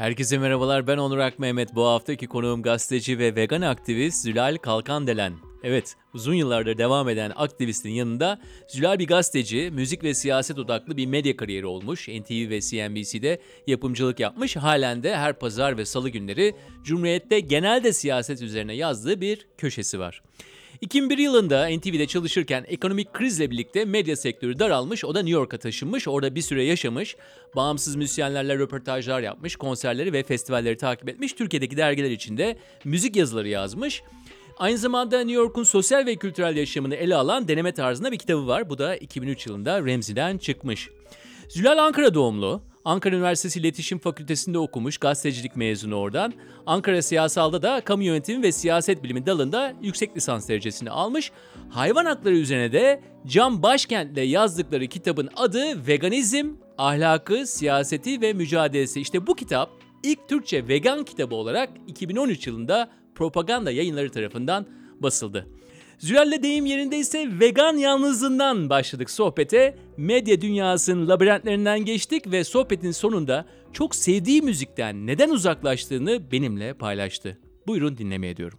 Herkese merhabalar, ben Onur Akmehmet. Bu haftaki konuğum gazeteci ve vegan aktivist Zülal Kalkandelen. Evet, uzun yıllardır devam eden aktivistin yanında Zülal bir gazeteci, müzik ve siyaset odaklı bir medya kariyeri olmuş. NTV ve CNBC'de yapımcılık yapmış. Halen de her pazar ve salı günleri Cumhuriyet'te genelde siyaset üzerine yazdığı bir köşesi var. 2001 yılında NTV'de çalışırken ekonomik krizle birlikte medya sektörü daralmış, o da New York'a taşınmış, orada bir süre yaşamış, bağımsız müzisyenlerle röportajlar yapmış, konserleri ve festivalleri takip etmiş, Türkiye'deki dergiler için de müzik yazıları yazmış. Aynı zamanda New York'un sosyal ve kültürel yaşamını ele alan deneme tarzında bir kitabı var. Bu da 2003 yılında Remzi'den çıkmış. Zülal Ankara doğumlu. Ankara Üniversitesi İletişim Fakültesi'nde okumuş, gazetecilik mezunu oradan. Ankara Siyasal'da da kamu yönetimi ve siyaset bilimi dalında yüksek lisans derecesini almış. Hayvan hakları üzerine de Can Başkent'le yazdıkları kitabın adı Veganizm, Ahlakı, Siyaseti ve Mücadelesi. İşte bu kitap ilk Türkçe vegan kitabı olarak 2013 yılında Propaganda Yayınları tarafından basıldı. Zülal'le deyim yerindeyse vegan yalnızlığından başladık sohbete. Medya dünyasının labirentlerinden geçtik ve sohbetin sonunda çok sevdiği müzikten neden uzaklaştığını benimle paylaştı. Buyurun dinlemeye diyorum.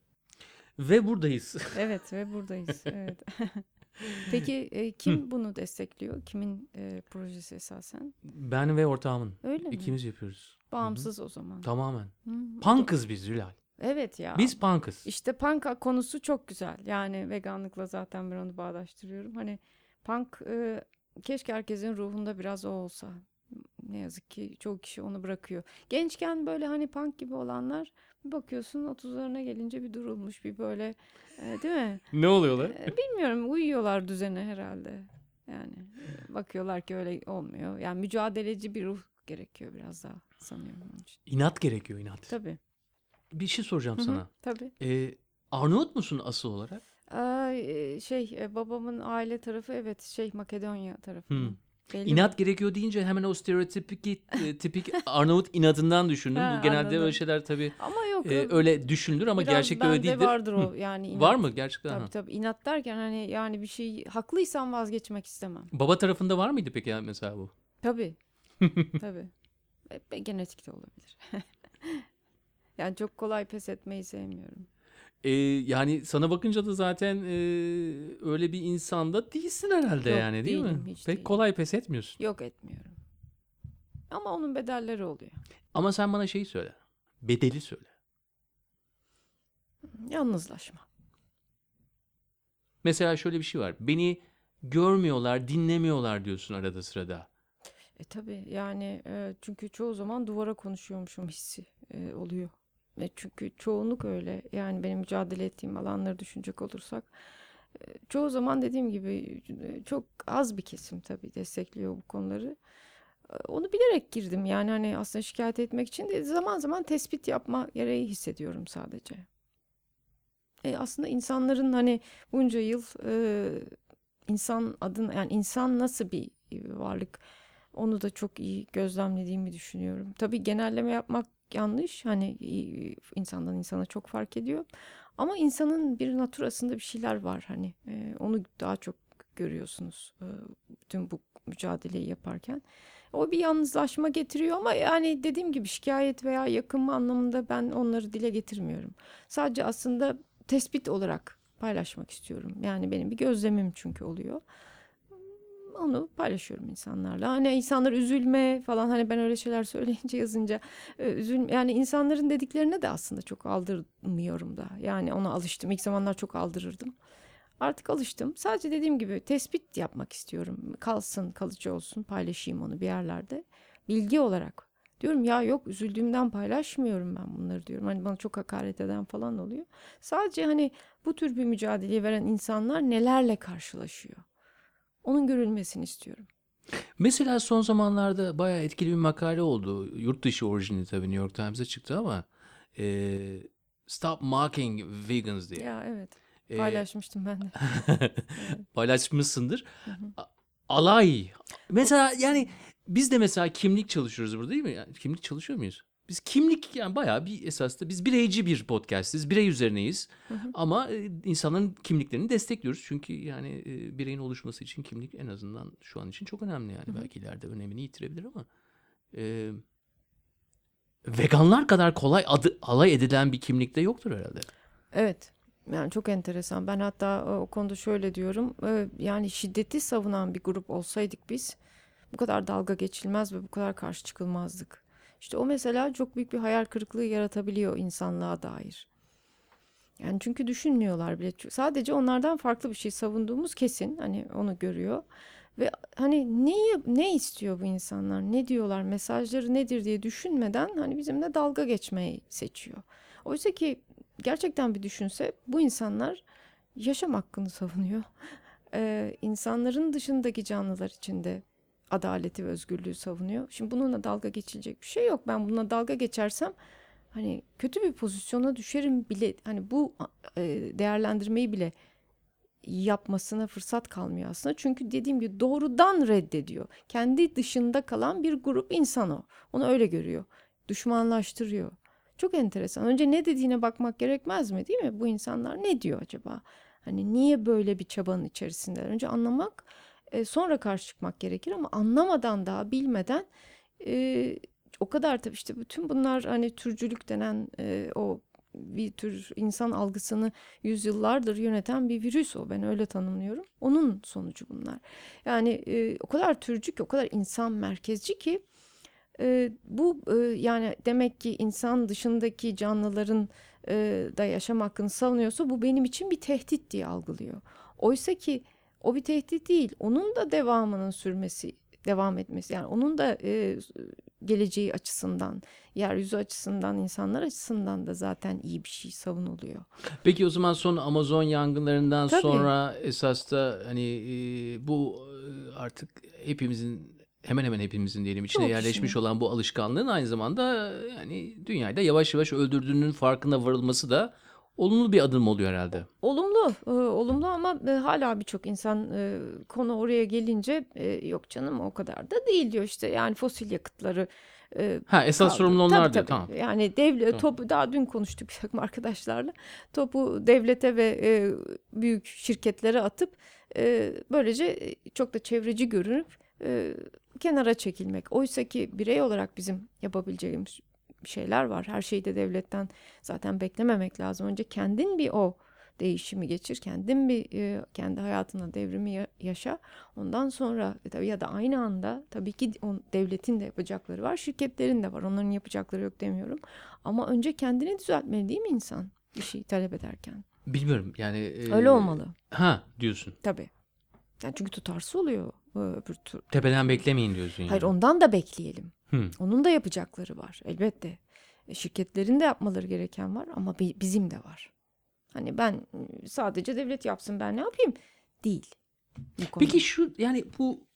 Ve buradayız. Evet ve buradayız. Evet. Peki kim bunu destekliyor? Kimin projesi esasen? Ben ve ortağımın. Öyle mi? İkimiz yapıyoruz. Bağımsız o zaman. Tamamen. Hı. Punk'ız biz Zülal. Evet ya. Biz punk'ız. İşte punk konusu çok güzel. Yani veganlıkla zaten ben onu bağdaştırıyorum. Hani punk keşke herkesin ruhunda biraz o olsa. Ne yazık ki çoğu kişi onu bırakıyor. Gençken böyle hani punk gibi olanlar bir bakıyorsun 30'larına gelince bir durulmuş bir böyle değil mi? Ne oluyorlar? Bilmiyorum, uyuyorlar düzene herhalde. Yani bakıyorlar ki öyle olmuyor. Yani mücadeleci bir ruh gerekiyor biraz daha sanıyorum onun için. İnat gerekiyor, inat. Tabii. Bir şey soracağım Hı-hı, sana. tabii. Arnavut musun asıl olarak? Babamın aile tarafı evet Makedonya tarafı. Belli İnat mi? gerekiyor deyince hemen o tipik Arnavut inadından düşündüm. Bu genelde Anladım. öyle şeyler tabii Ama yok. öyle düşünülür ama biraz gerçekte öyle bende değildir. vardır o yani inat. Var mı gerçekten? Tabii Ha. tabii inat derken hani yani bir şey haklıysam vazgeçmek istemem. Baba tarafında var mıydı peki mesela bu? Tabii. Tabii. Genetik de olabilir. Yani çok kolay pes etmeyi sevmiyorum. Yani sana bakınca da zaten öyle bir insanda değilsin herhalde Yok, yani değil değilim, mi? hiç Pek değilim. kolay pes etmiyorsun. Yok etmiyorum. Ama onun bedelleri oluyor. Ama sen bana şeyi söyle. Bedeli söyle. Yalnızlaşma. Mesela şöyle bir şey var. Beni görmüyorlar, dinlemiyorlar diyorsun arada sırada. Tabii yani çünkü çoğu zaman duvara konuşuyormuşum hissi oluyor. Çünkü çoğunluk öyle. Yani benim mücadele ettiğim alanları düşünecek olursak çoğu zaman dediğim gibi çok az bir kesim tabii destekliyor bu konuları. Onu bilerek girdim. Yani hani aslında şikayet etmek için de zaman zaman tespit yapma gereği hissediyorum sadece. Aslında insanların hani bunca yıl insan adına yani insan nasıl bir varlık onu da çok iyi gözlemlediğimi düşünüyorum. Tabii genelleme yapmak yanlış. Hani insandan insana çok fark ediyor. Ama insanın bir naturasında bir şeyler var hani. Onu daha çok görüyorsunuz bütün bu mücadeleyi yaparken. O bir yalnızlaşma getiriyor ama yani dediğim gibi şikayet veya yakınma anlamında ben onları dile getirmiyorum. Sadece aslında tespit olarak paylaşmak istiyorum. Yani benim bir gözlemim çünkü oluyor. Onu paylaşıyorum insanlarla. Hani insanlar üzülme falan hani ben öyle şeyler söyleyince yazınca yani insanların dediklerine de aslında çok aldırmıyorum da. Yani ona alıştım. İlk zamanlar çok aldırırdım. Artık alıştım. Sadece dediğim gibi tespit yapmak istiyorum. Kalsın, kalıcı olsun, paylaşayım onu bir yerlerde. Bilgi olarak. Diyorum ya yok üzüldüğümden paylaşmıyorum ben bunları diyorum. Hani bana çok hakaret eden falan oluyor. Sadece hani bu tür bir mücadeleyi veren insanlar nelerle karşılaşıyor? Onun görülmesini istiyorum. Mesela son zamanlarda bayağı etkili bir makale oldu. Yurt dışı orijinli tabii New York Times'e çıktı ama Stop Mocking Vegans diye. Ya evet. E, Paylaşmıştım ben de. Evet. Paylaşmışsındır. Hı hı. Alay. Mesela yani biz de mesela kimlik çalışıyoruz burada değil mi? Yani kimlik çalışıyor muyuz? Biz kimlik yani bayağı bir esasında biz bireyci bir podcastiz. Birey üzerineyiz. Hı hı. Ama insanların kimliklerini destekliyoruz. Çünkü yani bireyin oluşması için kimlik en azından şu an için çok önemli yani. Hı hı. Belki ileride önemini yitirebilir ama. E, veganlar kadar kolay alay edilen bir kimlikte yoktur herhalde. Evet. Yani çok enteresan. Ben hatta o konuda şöyle diyorum. Yani şiddeti savunan bir grup olsaydık biz bu kadar dalga geçilmez ve bu kadar karşı çıkılmazdık. İşte o mesela çok büyük bir hayal kırıklığı yaratabiliyor insanlığa dair. Yani çünkü düşünmüyorlar bile. Sadece onlardan farklı bir şey savunduğumuz kesin. Hani onu görüyor. Ve hani ne istiyor bu insanlar? Ne diyorlar? Mesajları nedir diye düşünmeden hani bizimle dalga geçmeyi seçiyor. Oysa ki gerçekten bir düşünse bu insanlar yaşam hakkını savunuyor. İnsanların dışındaki canlılar için de adaleti ve özgürlüğü savunuyor. Şimdi bununla dalga geçilecek bir şey yok. Ben bununla dalga geçersem hani kötü bir pozisyona düşerim bile. Hani bu değerlendirmeyi bile yapmasına fırsat kalmıyor aslında. Çünkü dediğim gibi doğrudan reddediyor. Kendi dışında kalan bir grup insan o. Onu öyle görüyor. Düşmanlaştırıyor. Çok enteresan. Önce ne dediğine bakmak gerekmez mi, değil mi? Bu insanlar ne diyor acaba? Hani niye böyle bir çabanın içerisinde? Önce anlamak, sonra karşı çıkmak gerekir ama anlamadan daha bilmeden o kadar tabii işte bütün bunlar hani türcülük denen o bir tür insan algısını yüzyıllardır yöneten bir virüs o. Ben öyle tanımlıyorum. Onun sonucu bunlar. Yani o kadar türcü ki, o kadar insan merkezci ki bu yani demek ki insan dışındaki canlıların da yaşam hakkını savunuyorsa bu benim için bir tehdit diye algılıyor. Oysa ki o bir tehdit değil. Onun da devamının sürmesi, devam etmesi. Yani onun da geleceği açısından, yeryüzü açısından, insanlar açısından da zaten iyi bir şey savunuluyor. Peki o zaman son Amazon yangınlarından Tabii. sonra esas da hani bu artık hemen hemen hepimizin diyelim içine Çoğu yerleşmiş kişinin. olan bu alışkanlığın aynı zamanda yani dünyayı da yavaş yavaş öldürdüğünün farkına varılması da olumlu bir adım oluyor herhalde. Olumlu, olumlu ama hala birçok insan konu oraya gelince yok canım o kadar da değil diyor işte. Yani fosil yakıtları Ha, esas kaldı. sorumlu Tabii onlar diyor. tabii. Tamam. Yani Tamam. topu daha dün konuştuk bir takım arkadaşlarla. Topu devlete ve büyük şirketlere atıp böylece çok da çevreci görünüp kenara çekilmek. Oysa ki birey olarak bizim yapabileceğimiz şeyler var. Her şeyi de devletten zaten beklememek lazım. Önce kendin bir o değişimi geçir. Kendin bir kendi hayatına devrimi yaşa. Ondan sonra tabii ya da aynı anda tabii ki devletin de yapacakları var. Şirketlerin de var. Onların yapacakları yok demiyorum. Ama önce kendini düzeltmeli değil mi insan? Bir şey talep ederken. Bilmiyorum yani Öyle olmalı. ha diyorsun. Tabii. Yani çünkü tutarsız oluyor öbür Tepeden türlü. beklemeyin diyorsun Hayır yani. ondan da bekleyelim. Hı. Onun da yapacakları var elbette. Şirketlerin de yapmaları gereken var ama bizim de var. Hani ben sadece devlet yapsın ben ne yapayım? Değil bu konuda. Peki şu yani bu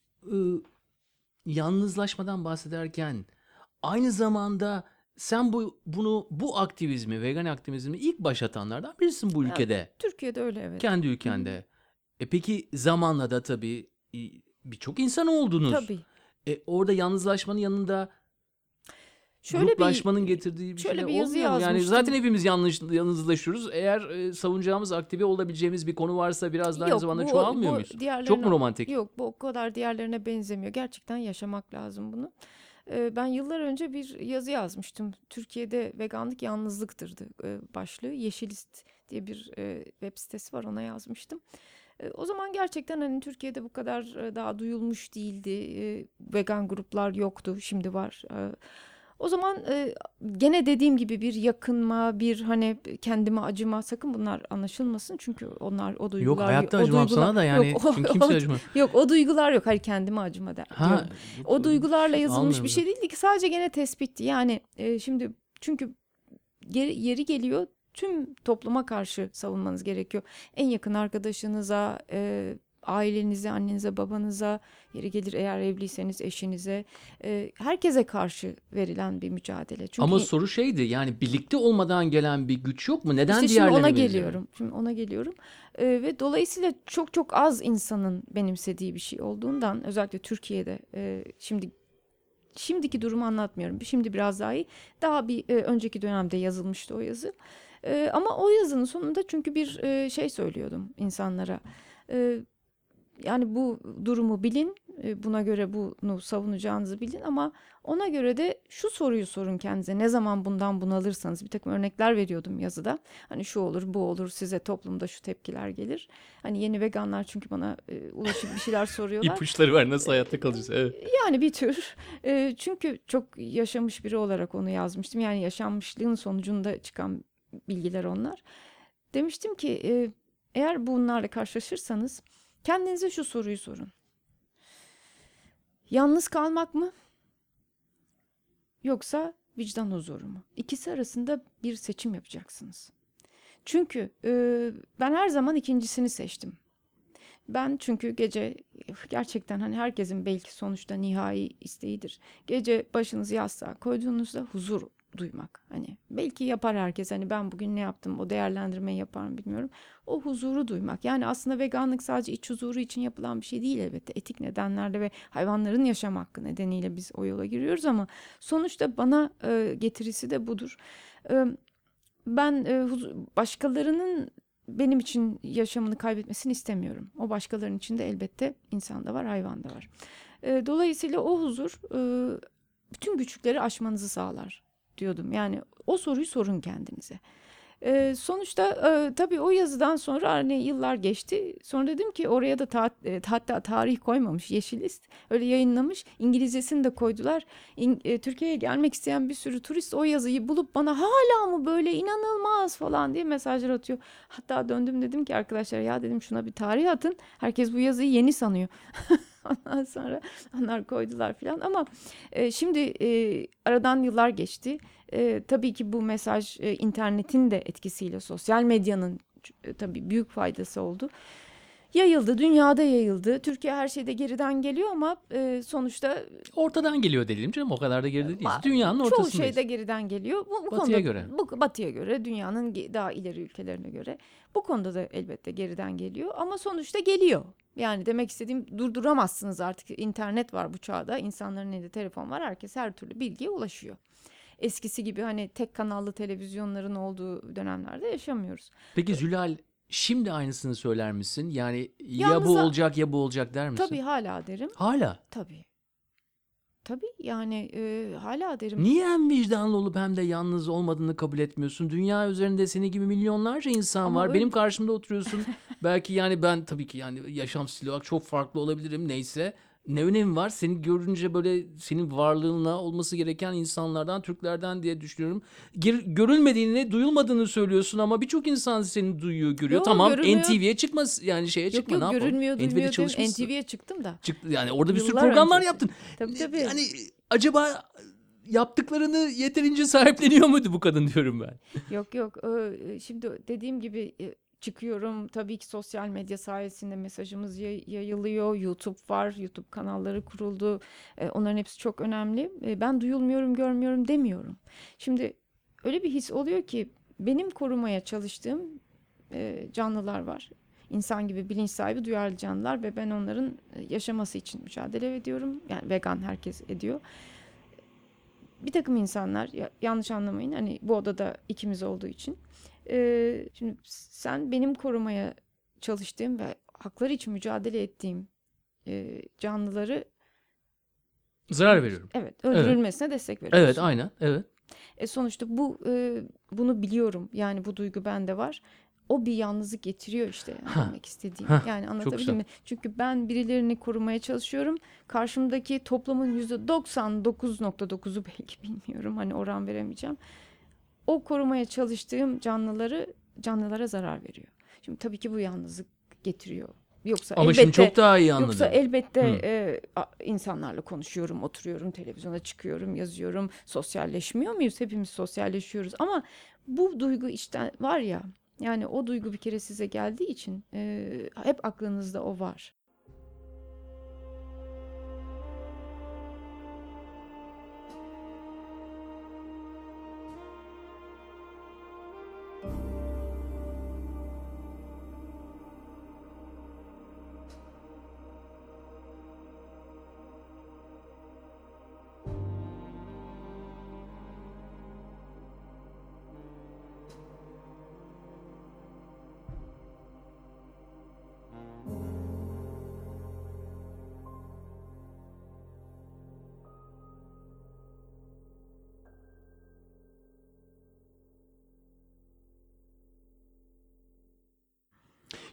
yalnızlaşmadan bahsederken aynı zamanda sen bu aktivizmi, vegan aktivizmi ilk başlatanlardan birisin bu Ya, ülkede. Türkiye'de öyle evet. Kendi Hı hı. ülkende. Peki zamanla da tabii birçok insan oldunuz. Tabii. Orada yalnızlaşmanın yanında Şöyle gruplaşmanın getirdiği bir şeyler şöyle bir yazı olmuyor mu? Yani zaten yazmıştım. hepimiz yalnızlaşıyoruz. Eğer savunacağımız, aktive olabileceğimiz bir konu varsa biraz da aynı Yok zamanda bu çoğalmıyor bu muyuz? Çok mu diğerlerine romantik? yok bu o kadar diğerlerine benzemiyor. Gerçekten yaşamak lazım bunu. Ben yıllar önce bir yazı yazmıştım. Türkiye'de veganlık yalnızlıktırdı başlığı. Yeşilist diye bir web sitesi var ona yazmıştım. O zaman gerçekten hani Türkiye'de bu kadar daha duyulmuş değildi. Vegan gruplar yoktu. Şimdi var. O zaman gene dediğim gibi bir yakınma, bir hani kendime acıma sakın bunlar anlaşılmasın. Çünkü onlar o Yok duygular hayatta o acımam duygular sana da yok yani çünkü kimse acımıyor. yok o duygular yok. Hayır kendime acıma Ha, diyorum. O duygularla yazılmış bir anlıyorum. şey değildi ki sadece gene tespitti. Yani şimdi çünkü yeri geliyor tüm topluma karşı savunmanız gerekiyor. En yakın arkadaşınıza, ailenize, annenize, babanıza, yeri gelir eğer evliyseniz eşinize, herkese karşı verilen bir mücadele. Çünkü Ama soru şeydi yani birlikte olmadan gelen bir güç yok mu? Neden işte şimdi ona diğerlerine benzemiyor? geliyorum. Şimdi ona geliyorum. Ve dolayısıyla çok çok az insanın benimsediği bir şey olduğundan özellikle Türkiye'de şimdiki durumu anlatmıyorum. Şimdi biraz daha iyi. Daha bir önceki dönemde yazılmıştı o yazı. Ama o yazının sonunda çünkü bir şey söylüyordum insanlara. E, Yani bu durumu bilin, buna göre bunu savunacağınızı bilin ama ona göre de şu soruyu sorun kendinize. Ne zaman bundan bunalırsanız, bir takım örnekler veriyordum yazıda. Hani şu olur, bu olur, size toplumda şu tepkiler gelir. Hani yeni veganlar çünkü bana ulaşıp bir şeyler soruyorlar. İpuçları var, nasıl hayatta kalacağız? Evet. Yani bir tür. Çünkü çok yaşamış biri olarak onu yazmıştım. Yani yaşanmışlığın sonucunda çıkan bilgiler onlar. Demiştim ki eğer bunlarla karşılaşırsanız kendinize şu soruyu sorun. Yalnız kalmak mı yoksa vicdan huzuru mu? İkisi arasında bir seçim yapacaksınız. Çünkü ben her zaman ikincisini seçtim. Ben çünkü gece gerçekten hani herkesin belki sonuçta nihai isteğidir. Gece başınızı yastığa koyduğunuzda huzur duymak. Hani belki yapar herkes, hani ben bugün ne yaptım, o değerlendirmeyi yapar mı bilmiyorum. O huzuru duymak. Yani aslında veganlık sadece iç huzuru için yapılan bir şey değil elbette. Etik nedenlerle ve hayvanların yaşam hakkı nedeniyle biz o yola giriyoruz ama sonuçta bana getirisi de budur. E, Ben başkalarının benim için yaşamını kaybetmesini istemiyorum. O başkalarının içinde elbette insan da var, hayvan da var. Dolayısıyla o huzur bütün güçlükleri aşmanızı sağlar diyordum. Yani o soruyu sorun kendinize. Sonuçta tabii o yazıdan sonra hani yıllar geçti. Sonra dedim ki oraya da hatta tarih koymamış, Yeşilist öyle yayınlamış. İngilizcesini de koydular. Türkiye'ye gelmek isteyen bir sürü turist o yazıyı bulup bana hala mı böyle, inanılmaz falan diye mesajlar atıyor. Hatta döndüm, dedim ki arkadaşlar, ya dedim şuna bir tarih atın. Herkes bu yazıyı yeni sanıyor. Ondan sonra onlar koydular falan ama şimdi aradan yıllar geçti. Tabii ki bu mesaj internetin de etkisiyle, sosyal medyanın tabii büyük faydası oldu. Yayıldı, dünyada yayıldı. Türkiye her şeyde geriden geliyor ama sonuçta Ortadan geliyor diyelim canım, o kadar da geride değiliz. Dünyanın çoğu ortasındayız. şeyde geriden geliyor. Bu Batıya konuda, göre. Batı'ya göre, dünyanın daha ileri ülkelerine göre bu konuda da elbette geriden geliyor ama sonuçta geliyor. Yani demek istediğim, durduramazsınız artık. İnternet var bu çağda. İnsanların elinde telefon var. Herkes her türlü bilgiye ulaşıyor. Eskisi gibi hani tek kanallı televizyonların olduğu dönemlerde yaşamıyoruz. Peki Zülal, şimdi aynısını söyler misin? Yani ya bu Yalnız olacak ya bu olacak der misin? tabii hala derim. Hala. Tabii. Tabii yani hala derim. Niye hem vicdanlı olup hem de yalnız olmadığını kabul etmiyorsun? Dünya üzerinde seni gibi milyonlarca insan Ama var. öyle, Benim karşımda oturuyorsun. Belki yani ben tabii ki yani yaşam stili olarak çok farklı olabilirim, neyse. Ne önemi var? Seni görünce böyle senin varlığına olması gereken insanlardan, Türklerden diye düşünüyorum. Görülmediğini, duyulmadığını söylüyorsun ama birçok insan seni duyuyor, görüyor. yok Tamam, görünmüyor. NTV'ye çıkma, yani şeye çıkma, ne yapalım? Görünmüyor, NTV'de duymuyor dedim. çalışmışsın. NTV'ye çıktım da. Çıktı, yani orada bir sürü Yıllar programlar öncesi. yaptın. Tabii. Yani acaba yaptıklarını yeterince sahipleniyor muydu bu kadın diyorum ben. Yok. Şimdi dediğim gibi çıkıyorum. Tabii ki sosyal medya sayesinde mesajımız yayılıyor. YouTube var. YouTube kanalları kuruldu. Onların hepsi çok önemli. Ben duyulmuyorum, görmüyorum demiyorum. Şimdi öyle bir his oluyor ki benim korumaya çalıştığım canlılar var. İnsan gibi bilinç sahibi, duyarlı canlılar ve ben onların yaşaması için mücadele ediyorum. Yani vegan herkes ediyor. Bir takım insanlar, yanlış anlamayın, hani bu odada ikimiz olduğu için şimdi sen benim korumaya çalıştığım ve hakları için mücadele ettiğim canlıları Zarar veriyorum. evet öldürülmesine destek veriyorsun. Evet, aynen. Evet. Sonuçta bunu biliyorum, yani bu duygu bende var. O bir yalnızlık getiriyor işte, yani demek istediğim. Yani anlatabildim mi? Çünkü ben birilerini korumaya çalışıyorum. Karşımdaki toplumun %99.9'u belki, bilmiyorum, hani oran veremeyeceğim. O korumaya çalıştığım canlılara zarar veriyor. Şimdi tabii ki bu yalnızlık getiriyor. Ama şimdi çok daha iyi anladım. Yoksa elbette insanlarla konuşuyorum, oturuyorum, televizyona çıkıyorum, yazıyorum. Sosyalleşmiyor muyuz? Hepimiz sosyalleşiyoruz. Ama bu duygu işte var ya, yani o duygu bir kere size geldiği için hep aklınızda o var.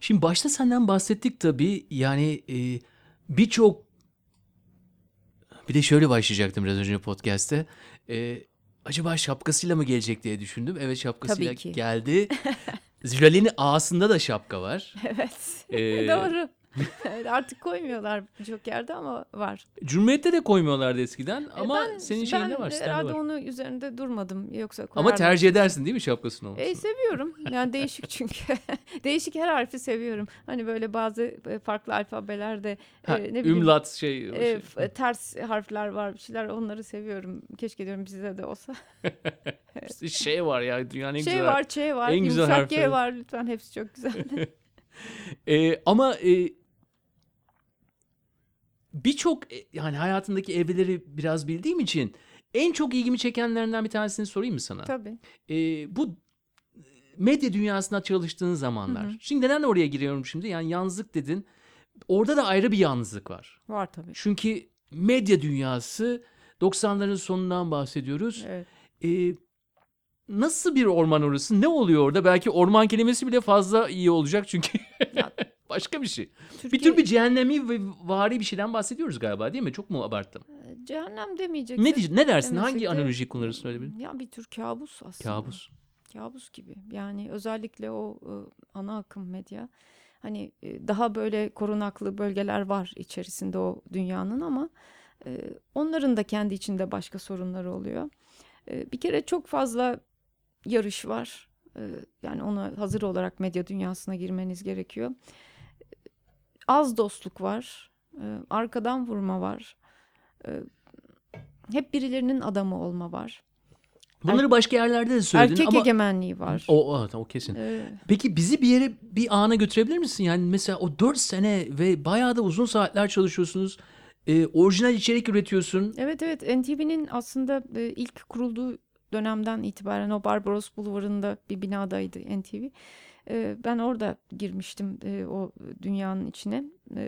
Şimdi başta senden bahsettik tabii. Yani birçok, bir de şöyle başlayacaktım biraz önce podcast'te. Acaba şapkasıyla mı gelecek diye düşündüm. Evet, şapkasıyla Tabii ki. geldi. Zülal'in ağasında da şapka var. Evet. E, Doğru. Evet, artık koymuyorlar birçok yerde ama var. Cumhuriyet'te de koymuyorlardı eskiden ama senin şeyinde Ben var, sende herhalde var. onu üzerinde durmadım. Yoksa Ama koyar tercih mıydım? edersin değil mi şapkasının olmasını? Seviyorum. Yani değişik çünkü. Değişik her harfi seviyorum. Hani böyle bazı farklı alfabelerde Ha, ne bileyim ümlat şey. ters harfler var, bir şeyler, onları seviyorum. Keşke diyorum bizde de olsa. İşte şey var ya, dünyanın en Şey güzel, var, Ç var, en güzel yumuşak G harfleri. var, lütfen, hepsi çok güzel. Ama birçok yani hayatındaki evreleri biraz bildiğim için en çok ilgimi çekenlerinden bir tanesini sorayım mı sana? Tabii. Bu medya dünyasında çalıştığın Hı zamanlar. hı. Şimdi neden oraya giriyorum şimdi? Yani yalnızlık dedin. Orada da ayrı bir yalnızlık var. Var tabii. Çünkü medya dünyası, 90'ların sonundan bahsediyoruz. Evet. Nasıl bir orman orası? Ne oluyor orada? Belki orman kelimesi bile fazla iyi olacak çünkü Ya, başka bir şey. Bir Türkiye tür bir cehennemi ve vari bir şeyden bahsediyoruz galiba, değil mi? Çok mu abarttım? cehennem demeyeceksek Ne dersin? demesek Hangi de analojiyi kullanırsın öyle bir? ya bir tür kabus aslında. Kabus. Kabus gibi. Yani özellikle o ana akım medya. Hani daha böyle korunaklı bölgeler var içerisinde o dünyanın ama onların da kendi içinde başka sorunları oluyor. Bir kere çok fazla yarış var. Yani ona hazır olarak medya dünyasına girmeniz gerekiyor. Az dostluk var. Arkadan vurma var. E, Hep birilerinin adamı olma var. Bunları başka yerlerde de söyledin Erkek ama egemenliği var. o kesin. Peki bizi bir yere, bir ana götürebilir misin? Yani mesela o 4 sene ve bayağı da uzun saatler çalışıyorsunuz. Orijinal içerik üretiyorsun. Evet, evet, NTV'nin aslında ilk kurulduğu dönemden itibaren o Barbaros Bulvarı'nda bir binadaydı NTV. Ben orada girmiştim o dünyanın içine.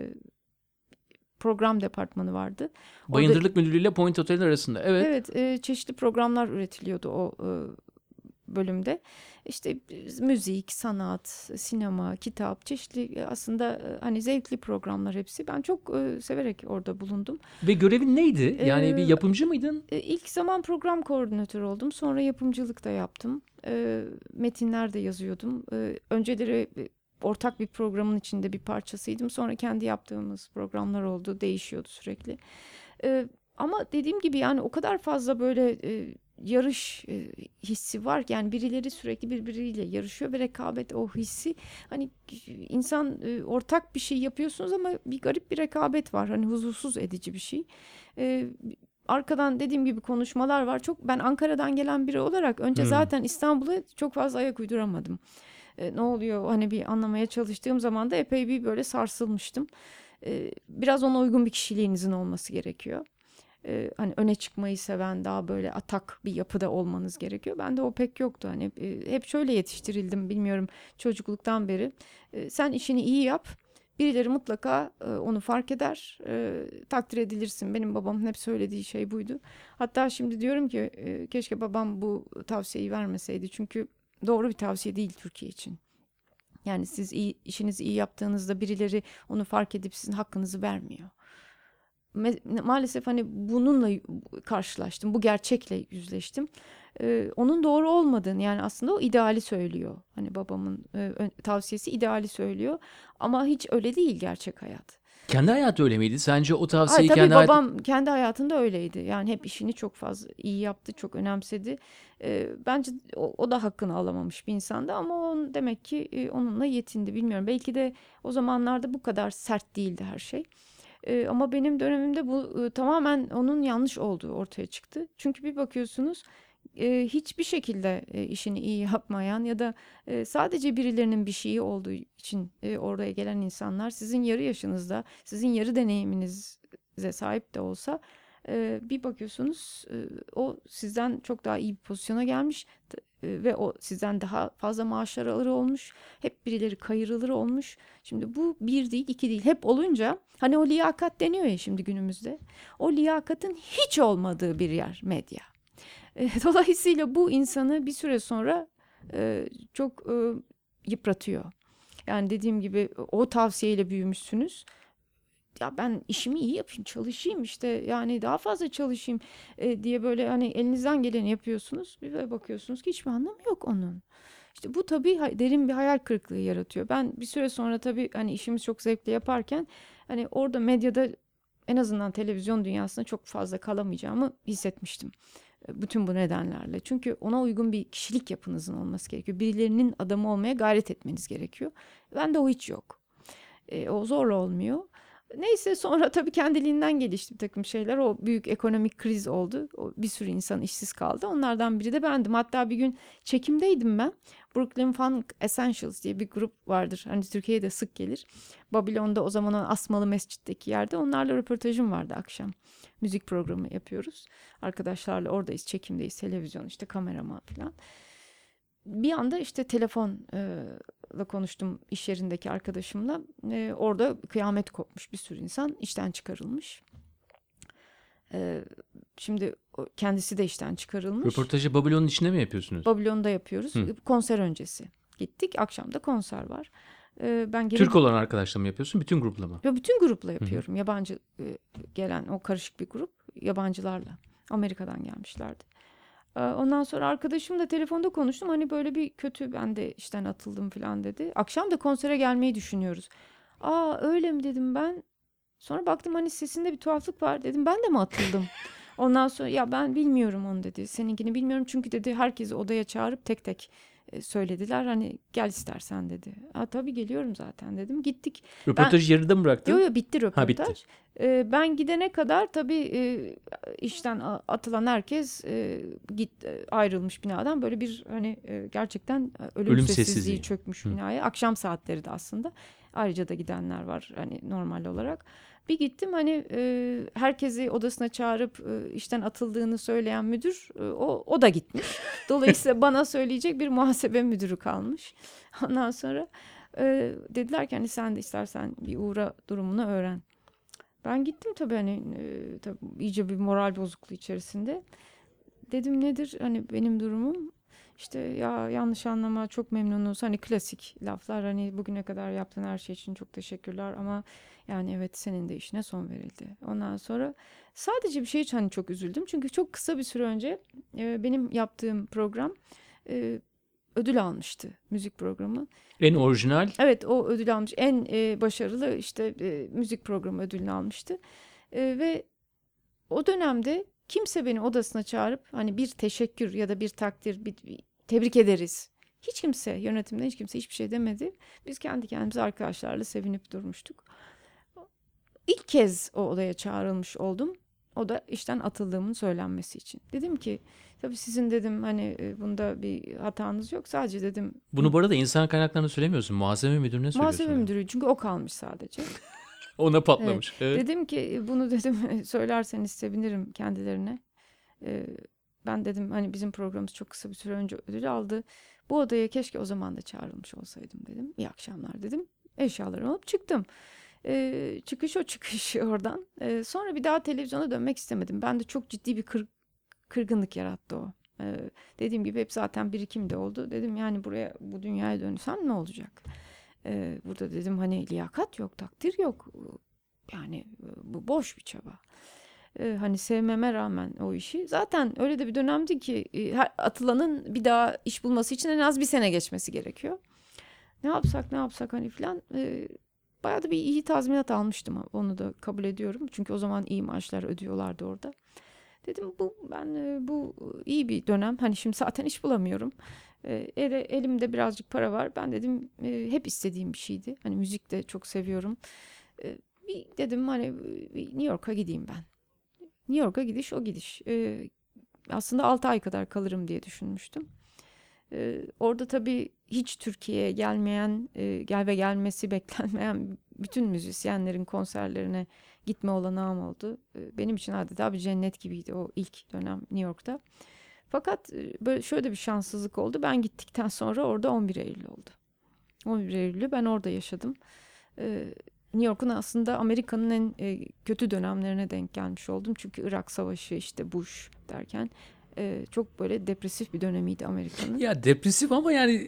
Program departmanı vardı. Orada, Bayındırlık Müdürlüğü ile Point Hotel'in arasında. Evet. evet, çeşitli programlar üretiliyordu o bölümde. İşte müzik, sanat, sinema, kitap, çeşitli aslında hani zevkli programlar hepsi. Ben çok severek orada bulundum. Ve görevin neydi? Yani bir Ee, yapımcı mıydın? İlk zaman program koordinatörü oldum. Sonra yapımcılık da yaptım. Metinler de yazıyordum. Önceleri ortak bir programın içinde bir parçasıydım. Sonra kendi yaptığımız programlar oldu. Değişiyordu sürekli. Ama dediğim gibi yani o kadar fazla böyle yarış hissi var ki, yani birileri sürekli birbiriyle yarışıyor ve rekabet o hissi, hani insan ortak bir şey yapıyorsunuz ama bir garip bir rekabet var, hani huzursuz edici bir şey. Arkadan dediğim gibi konuşmalar var. Çok, ben Ankara'dan gelen biri olarak önce zaten İstanbul'a çok fazla ayak uyduramadım. Ne oluyor hani bir anlamaya çalıştığım zaman da epey bir böyle sarsılmıştım. Biraz ona uygun bir kişiliğinizin olması gerekiyor. Hani öne çıkmayı seven, daha böyle atak bir yapıda olmanız gerekiyor. Bende o pek yoktu. Hani hep şöyle yetiştirildim, bilmiyorum, çocukluktan beri. Sen işini iyi yap. Birileri mutlaka onu fark eder, takdir edilirsin. Benim babamın hep söylediği şey buydu. Hatta şimdi diyorum ki keşke babam bu tavsiyeyi vermeseydi. Çünkü doğru bir tavsiye değil Türkiye için. Yani siz işinizi iyi yaptığınızda birileri onu fark edip sizin hakkınızı vermiyor. Maalesef hani bununla karşılaştım, bu gerçekle yüzleştim. Onun doğru olmadığını, yani aslında o ideali söylüyor. Hani babamın tavsiyesi ideali söylüyor ama hiç öyle değil gerçek hayat. Kendi hayatı öyle miydi? Sence o Ay, tavsiyeyi tabii kendi babam kendi hayatında öyleydi. Yani hep işini çok fazla iyi yaptı, çok önemsedi. Bence o da hakkını alamamış bir insandı ama on demek ki onunla yetindi, bilmiyorum. Belki de o zamanlarda bu kadar sert değildi her şey. Ama benim dönemimde bu tamamen onun yanlış olduğu ortaya çıktı. Çünkü bir bakıyorsunuz hiçbir şekilde işini iyi yapmayan ya da sadece birilerinin bir şeyi olduğu için oraya gelen insanlar, sizin yarı yaşınızda, sizin yarı deneyiminize sahip de olsa bir bakıyorsunuz o sizden çok daha iyi bir pozisyona gelmiş ve o sizden daha fazla maaşlar alır olmuş. Hep birileri kayırılır olmuş. Şimdi bu bir değil, iki değil. Hep olunca hani o liyakat deniyor ya şimdi günümüzde. O liyakatın hiç olmadığı bir yer medya. Dolayısıyla bu insanı bir süre sonra çok yıpratıyor. Yani dediğim gibi o tavsiyeyle büyümüşsünüz. Ya ben işimi iyi yapayım, çalışayım işte, yani daha fazla çalışayım diye böyle hani elinizden geleni yapıyorsunuz. Bir bakıyorsunuz ki hiçbir anlamı yok onun. İşte bu tabii derin bir hayal kırıklığı yaratıyor. Ben bir süre sonra tabii hani işimiz çok zevkle yaparken hani orada medyada, en azından televizyon dünyasında çok fazla kalamayacağımı hissetmiştim. Bütün bu nedenlerle. Çünkü ona uygun bir kişilik yapınızın olması gerekiyor. Birilerinin adamı olmaya gayret etmeniz gerekiyor. Bende o hiç yok. O zorla olmuyor. Neyse, sonra tabii kendiliğinden gelişti bir takım şeyler. O büyük ekonomik kriz oldu. Bir sürü insan işsiz kaldı. Onlardan biri de bendim. Hatta bir gün çekimdeydim ben. Brooklyn Funk Essentials diye bir grup vardır. Hani Türkiye'de sık gelir. Babilon'da, o zaman o Asmalı Mescid'deki yerde. Onlarla röportajım vardı akşam. Müzik programı yapıyoruz. Arkadaşlarla oradayız, çekimdeyiz. Televizyon, işte kameraman falan. Bir anda işte telefonla konuştum iş yerindeki arkadaşımla. Orada kıyamet kopmuş, bir sürü insan işten çıkarılmış. Şimdi kendisi de işten çıkarılmış. Röportajı Babilon'un içinde mi yapıyorsunuz? Babilon'da yapıyoruz. Konser öncesi gittik. Akşam da konser var. Ben Türk olan arkadaşla mı yapıyorsun? Bütün grupla mı? Bütün grupla yapıyorum. Yabancı gelen o karışık bir grup, yabancılarla. Amerika'dan gelmişlerdi. Ondan sonra arkadaşımla telefonda konuştum. Hani böyle bir kötü, ben de işten atıldım falan dedi. Akşam da konsere gelmeyi düşünüyoruz. Aa, öyle mi dedim ben. Sonra baktım hani sesinde bir tuhaflık var. Dedim ben de mi atıldım? Ondan sonra ya ben bilmiyorum onu dedi. Seninkini bilmiyorum çünkü dedi herkesi odaya çağırıp tek tek söylediler. Hani gel istersen dedi. Aa, tabii geliyorum zaten dedim. Gittik. Röportajı yarıda mı bıraktın? Yok, bitti röportaj. Ha, bitti. Ben gidene kadar tabii işten atılan herkes ayrılmış binadan. Böyle bir hani gerçekten ölüm sessizliği çökmüş binaya. Akşam saatleri de aslında. Ayrıca da gidenler var hani normal olarak. Bir gittim hani herkesi odasına çağırıp işten atıldığını söyleyen müdür o da gitmiş. Dolayısıyla bana söyleyecek bir muhasebe müdürü kalmış. Ondan sonra dediler ki hani sen de istersen bir uğra durumunu öğren. Ben gittim tabii hani tabii iyice bir moral bozukluğu içerisinde. Dedim nedir hani benim durumum? İşte ya yanlış anlama, çok memnunuz. Hani klasik laflar, hani bugüne kadar yaptığın her şey için çok teşekkürler ama yani evet, senin de işine son verildi. Ondan sonra sadece bir şey için hani çok üzüldüm. Çünkü çok kısa bir süre önce benim yaptığım program ödül almıştı, müzik programı. En orijinal. Evet, o ödül almış. En başarılı işte müzik programı ödülünü almıştı. Ve o dönemde kimse beni odasına çağırıp hani bir teşekkür ya da bir takdir, bir tebrik ederiz. Hiç kimse, yönetimden hiç kimse hiçbir şey demedi. Biz kendi kendimize arkadaşlarla sevinip durmuştuk. İlk kez o odaya çağrılmış oldum. O da işten atıldığımın söylenmesi için. Dedim ki tabii sizin dedim hani bunda bir hatanız yok. Sadece dedim. Bunu bu arada insan kaynaklarına söylemiyorsun. Muhasebe müdürüne söylüyorsun. Muhasebe müdürü, çünkü o kalmış sadece. Ona patlamış. Evet. Evet. Dedim ki bunu dedim söylerseniz sevinirim kendilerine. Ben dedim hani bizim programımız çok kısa bir süre önce ödül aldı. Bu odaya keşke o zaman da çağrılmış olsaydım dedim. İyi akşamlar dedim. Eşyalarımı alıp çıktım. Çıkış o çıkış oradan. Sonra bir daha televizyona dönmek istemedim. Ben de çok ciddi bir kırgınlık yarattı o. Dediğim gibi hep zaten birikim de oldu. Dedim yani buraya, bu dünyaya dönsem ne olacak? Burada dedim hani liyakat yok, takdir yok. Yani bu boş bir çaba. Hani sevmeme rağmen o işi. Zaten öyle de bir dönemdi ki atılanın bir daha iş bulması için en az bir sene geçmesi gerekiyor. Ne yapsak hani filan. Bayağı da bir iyi tazminat almıştım. Onu da kabul ediyorum. Çünkü o zaman iyi maaşlar ödüyorlardı orada. Dedim bu iyi bir dönem. Hani şimdi zaten iş bulamıyorum. Elimde birazcık para var. Ben dedim hep istediğim bir şeydi. Hani müzik de çok seviyorum. Bir dedim hani New York'a gideyim ben. New York'a gidiş o gidiş. Aslında 6 ay kadar kalırım diye düşünmüştüm. Orada tabii hiç Türkiye'ye gelmeyen, gelmesi beklenmeyen bütün müzisyenlerin konserlerine gitme olanağım oldu. Benim için adeta bir cennet gibiydi o ilk dönem New York'ta. Fakat böyle şöyle bir şanssızlık oldu. Ben gittikten sonra orada 11 Eylül oldu. 11 Eylül'ü ben orada yaşadım. New York'un aslında Amerika'nın en kötü dönemlerine denk gelmiş oldum. Çünkü Irak Savaşı, işte Bush derken çok böyle depresif bir dönemiydi Amerika'nın. Ya depresif ama yani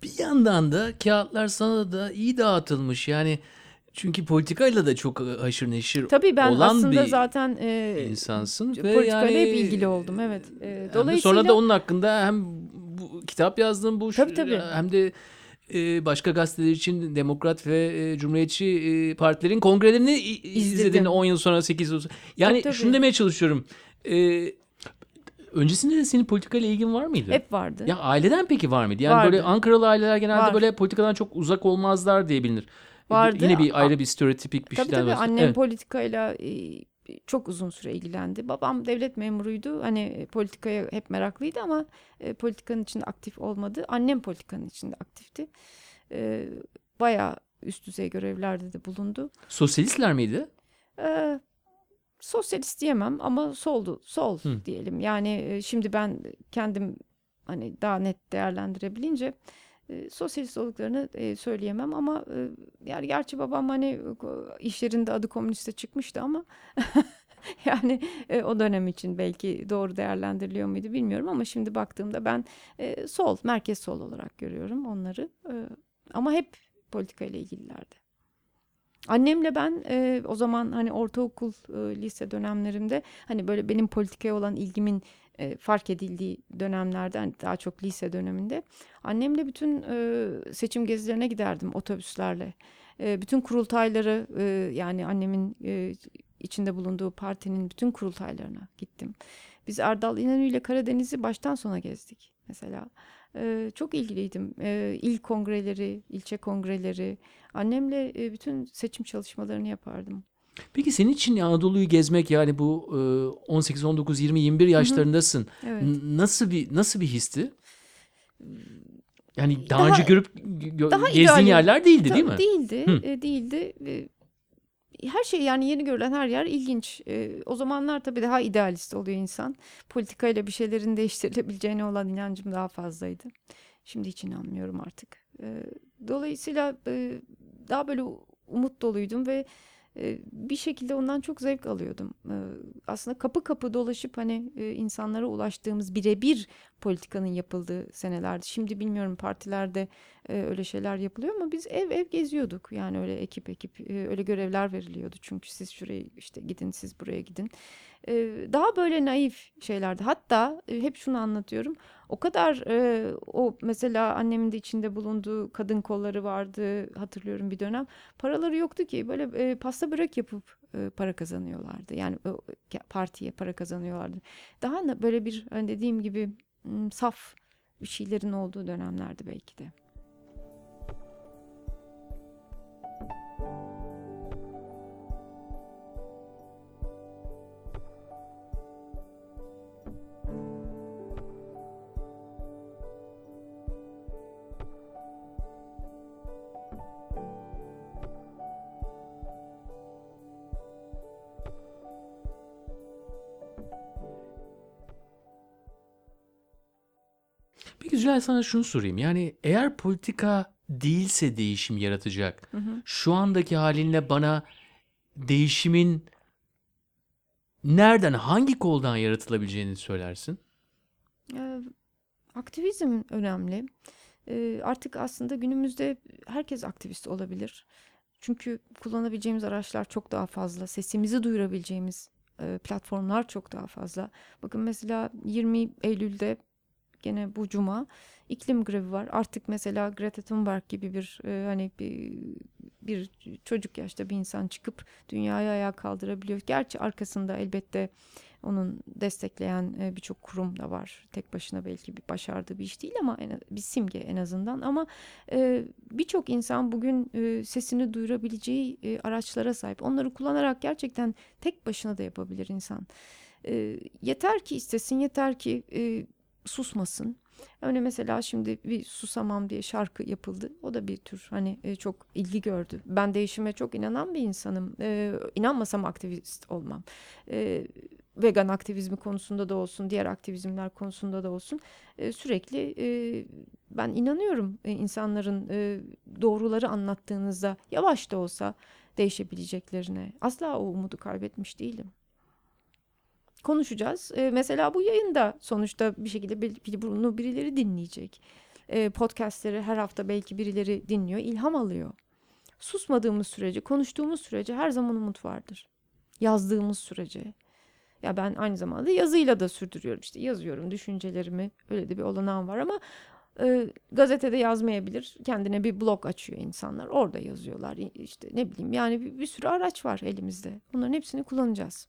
Bir yandan da kağıtlar sana da iyi dağıtılmış. Yani çünkü politikayla da çok haşır neşir Tabii ben olan aslında bir zaten insansın ve politikayla hep yani ilgili oldum. Evet. hem de sonra da Dolayısıyla onun hakkında hem bu kitap yazdın tabii. hem de başka gazeteler için Demokrat ve Cumhuriyetçi partilerin kongrelerini izledin İzledim. 10 yıl sonra 8 yıl sonra. Tabii Yani şunu tabii. demeye çalışıyorum. E, Öncesinde de senin politikayla ilgin var mıydı? Hep vardı. Ya aileden peki var mıydı? Yani böyle Vardı. Ankaralı aileler genelde Var. böyle politikadan çok uzak olmazlar diye bilinir. Vardı. Yine bir ayrı bir stereotipik bir şeyden Tabii bahsediyorsun. annem Evet. politikayla çok uzun süre ilgilendi. Babam devlet memuruydu. Hani politikaya hep meraklıydı ama politikanın içinde aktif olmadı. Annem politikanın içinde aktifti. E, Bayağı üst düzey görevlerde de bulundu. Sosyalistler miydi? E, Sosyalist diyemem ama sol Hı. diyelim. Yani şimdi ben kendim hani daha net değerlendirebilince sosyalist olduklarını söyleyemem ama yani gerçi babam hani iş yerinde adı komüniste çıkmıştı ama yani o dönem için belki doğru değerlendiriliyor muydu bilmiyorum ama şimdi baktığımda ben merkez sol olarak görüyorum onları. Ama hep politika ile ilgililerdi. Annemle ben o zaman hani ortaokul, lise dönemlerimde hani böyle benim politikaya olan ilgimin fark edildiği dönemlerde hani daha çok lise döneminde annemle bütün seçim gezilerine giderdim otobüslerle. Bütün kurultayları yani annemin içinde bulunduğu partinin bütün kurultaylarına gittim. Biz Erdal İnönü ile Karadeniz'i baştan sona gezdik mesela. Çok ilgiliydim. İl kongreleri, ilçe kongreleri. Annemle bütün seçim çalışmalarını yapardım. Peki senin için Anadolu'yu gezmek yani bu 18, 19, 20, 21 Hı hı, yaşlarındasın. evet. Nasıl bir histi? Yani daha önce Daha görüp daha gezdiğin ideali yerler değildi değil mi? değildi, Hı. değildi. Her şey yani yeni görülen her yer ilginç. O zamanlar tabii daha idealist oluyor insan. Politikayla bir şeylerin değiştirilebileceğine olan inancım daha fazlaydı. Şimdi hiç inanmıyorum artık. Dolayısıyla daha böyle umut doluydum ve bir şekilde ondan çok zevk alıyordum. Aslında kapı kapı dolaşıp hani insanlara ulaştığımız birebir politikanın yapıldığı senelerdi. Şimdi bilmiyorum partilerde öyle şeyler yapılıyor ama biz ev ev geziyorduk. Yani öyle ekip öyle görevler veriliyordu. Çünkü siz şuraya işte gidin, siz buraya gidin. Daha böyle naif şeylerdi. Hatta hep şunu anlatıyorum. O kadar o mesela annemin de içinde bulunduğu kadın kolları vardı. Hatırlıyorum bir dönem. Paraları yoktu ki böyle pasta börek yapıp para kazanıyorlardı. Yani partiye para kazanıyorlardı. Daha böyle bir hani dediğim gibi saf bir şeylerin olduğu dönemlerdi belki de. Peki Zülal sana şunu sorayım. Yani eğer politika değilse değişim yaratacak. Hı hı. Şu andaki halinle bana değişimin nereden, hangi koldan yaratılabileceğini söylersin? E, Aktivizm önemli. Artık aslında günümüzde herkes aktivist olabilir. Çünkü kullanabileceğimiz araçlar çok daha fazla. Sesimizi duyurabileceğimiz platformlar çok daha fazla. Bakın mesela 20 Eylül'de gene bu cuma iklim grevi var. Artık mesela Greta Thunberg gibi hani bir çocuk yaşta bir insan çıkıp dünyayı ayağa kaldırabiliyor. Gerçi arkasında elbette onun destekleyen birçok kurum da var. Tek başına belki bir başardığı bir iş değil ama bir simge en azından. Ama birçok insan bugün sesini duyurabileceği araçlara sahip. Onları kullanarak gerçekten tek başına da yapabilir insan. Yeter ki istesin, yeter ki susmasın. Öyle mesela şimdi bir Susamam diye şarkı yapıldı. O da bir tür hani çok ilgi gördü. Ben değişime çok inanan bir insanım. İnanmasam aktivist olmam. Vegan aktivizmi konusunda da olsun, diğer aktivizmler konusunda da olsun sürekli ben inanıyorum insanların doğruları anlattığınızda yavaş da olsa değişebileceklerine. Asla o umudu kaybetmiş değilim. Konuşacağız. Mesela bu yayında sonuçta bir şekilde bunu birileri dinleyecek. Podcastleri her hafta belki birileri dinliyor, ilham alıyor. Susmadığımız sürece, konuştuğumuz sürece her zaman umut vardır. Yazdığımız sürece. Ya ben aynı zamanda yazıyla da sürdürüyorum. İşte yazıyorum düşüncelerimi. Öyle de bir olanağım var ama gazetede yazmayabilir. Kendine bir blog açıyor insanlar. Orada yazıyorlar. İşte ne bileyim yani bir sürü araç var elimizde. Bunların hepsini kullanacağız.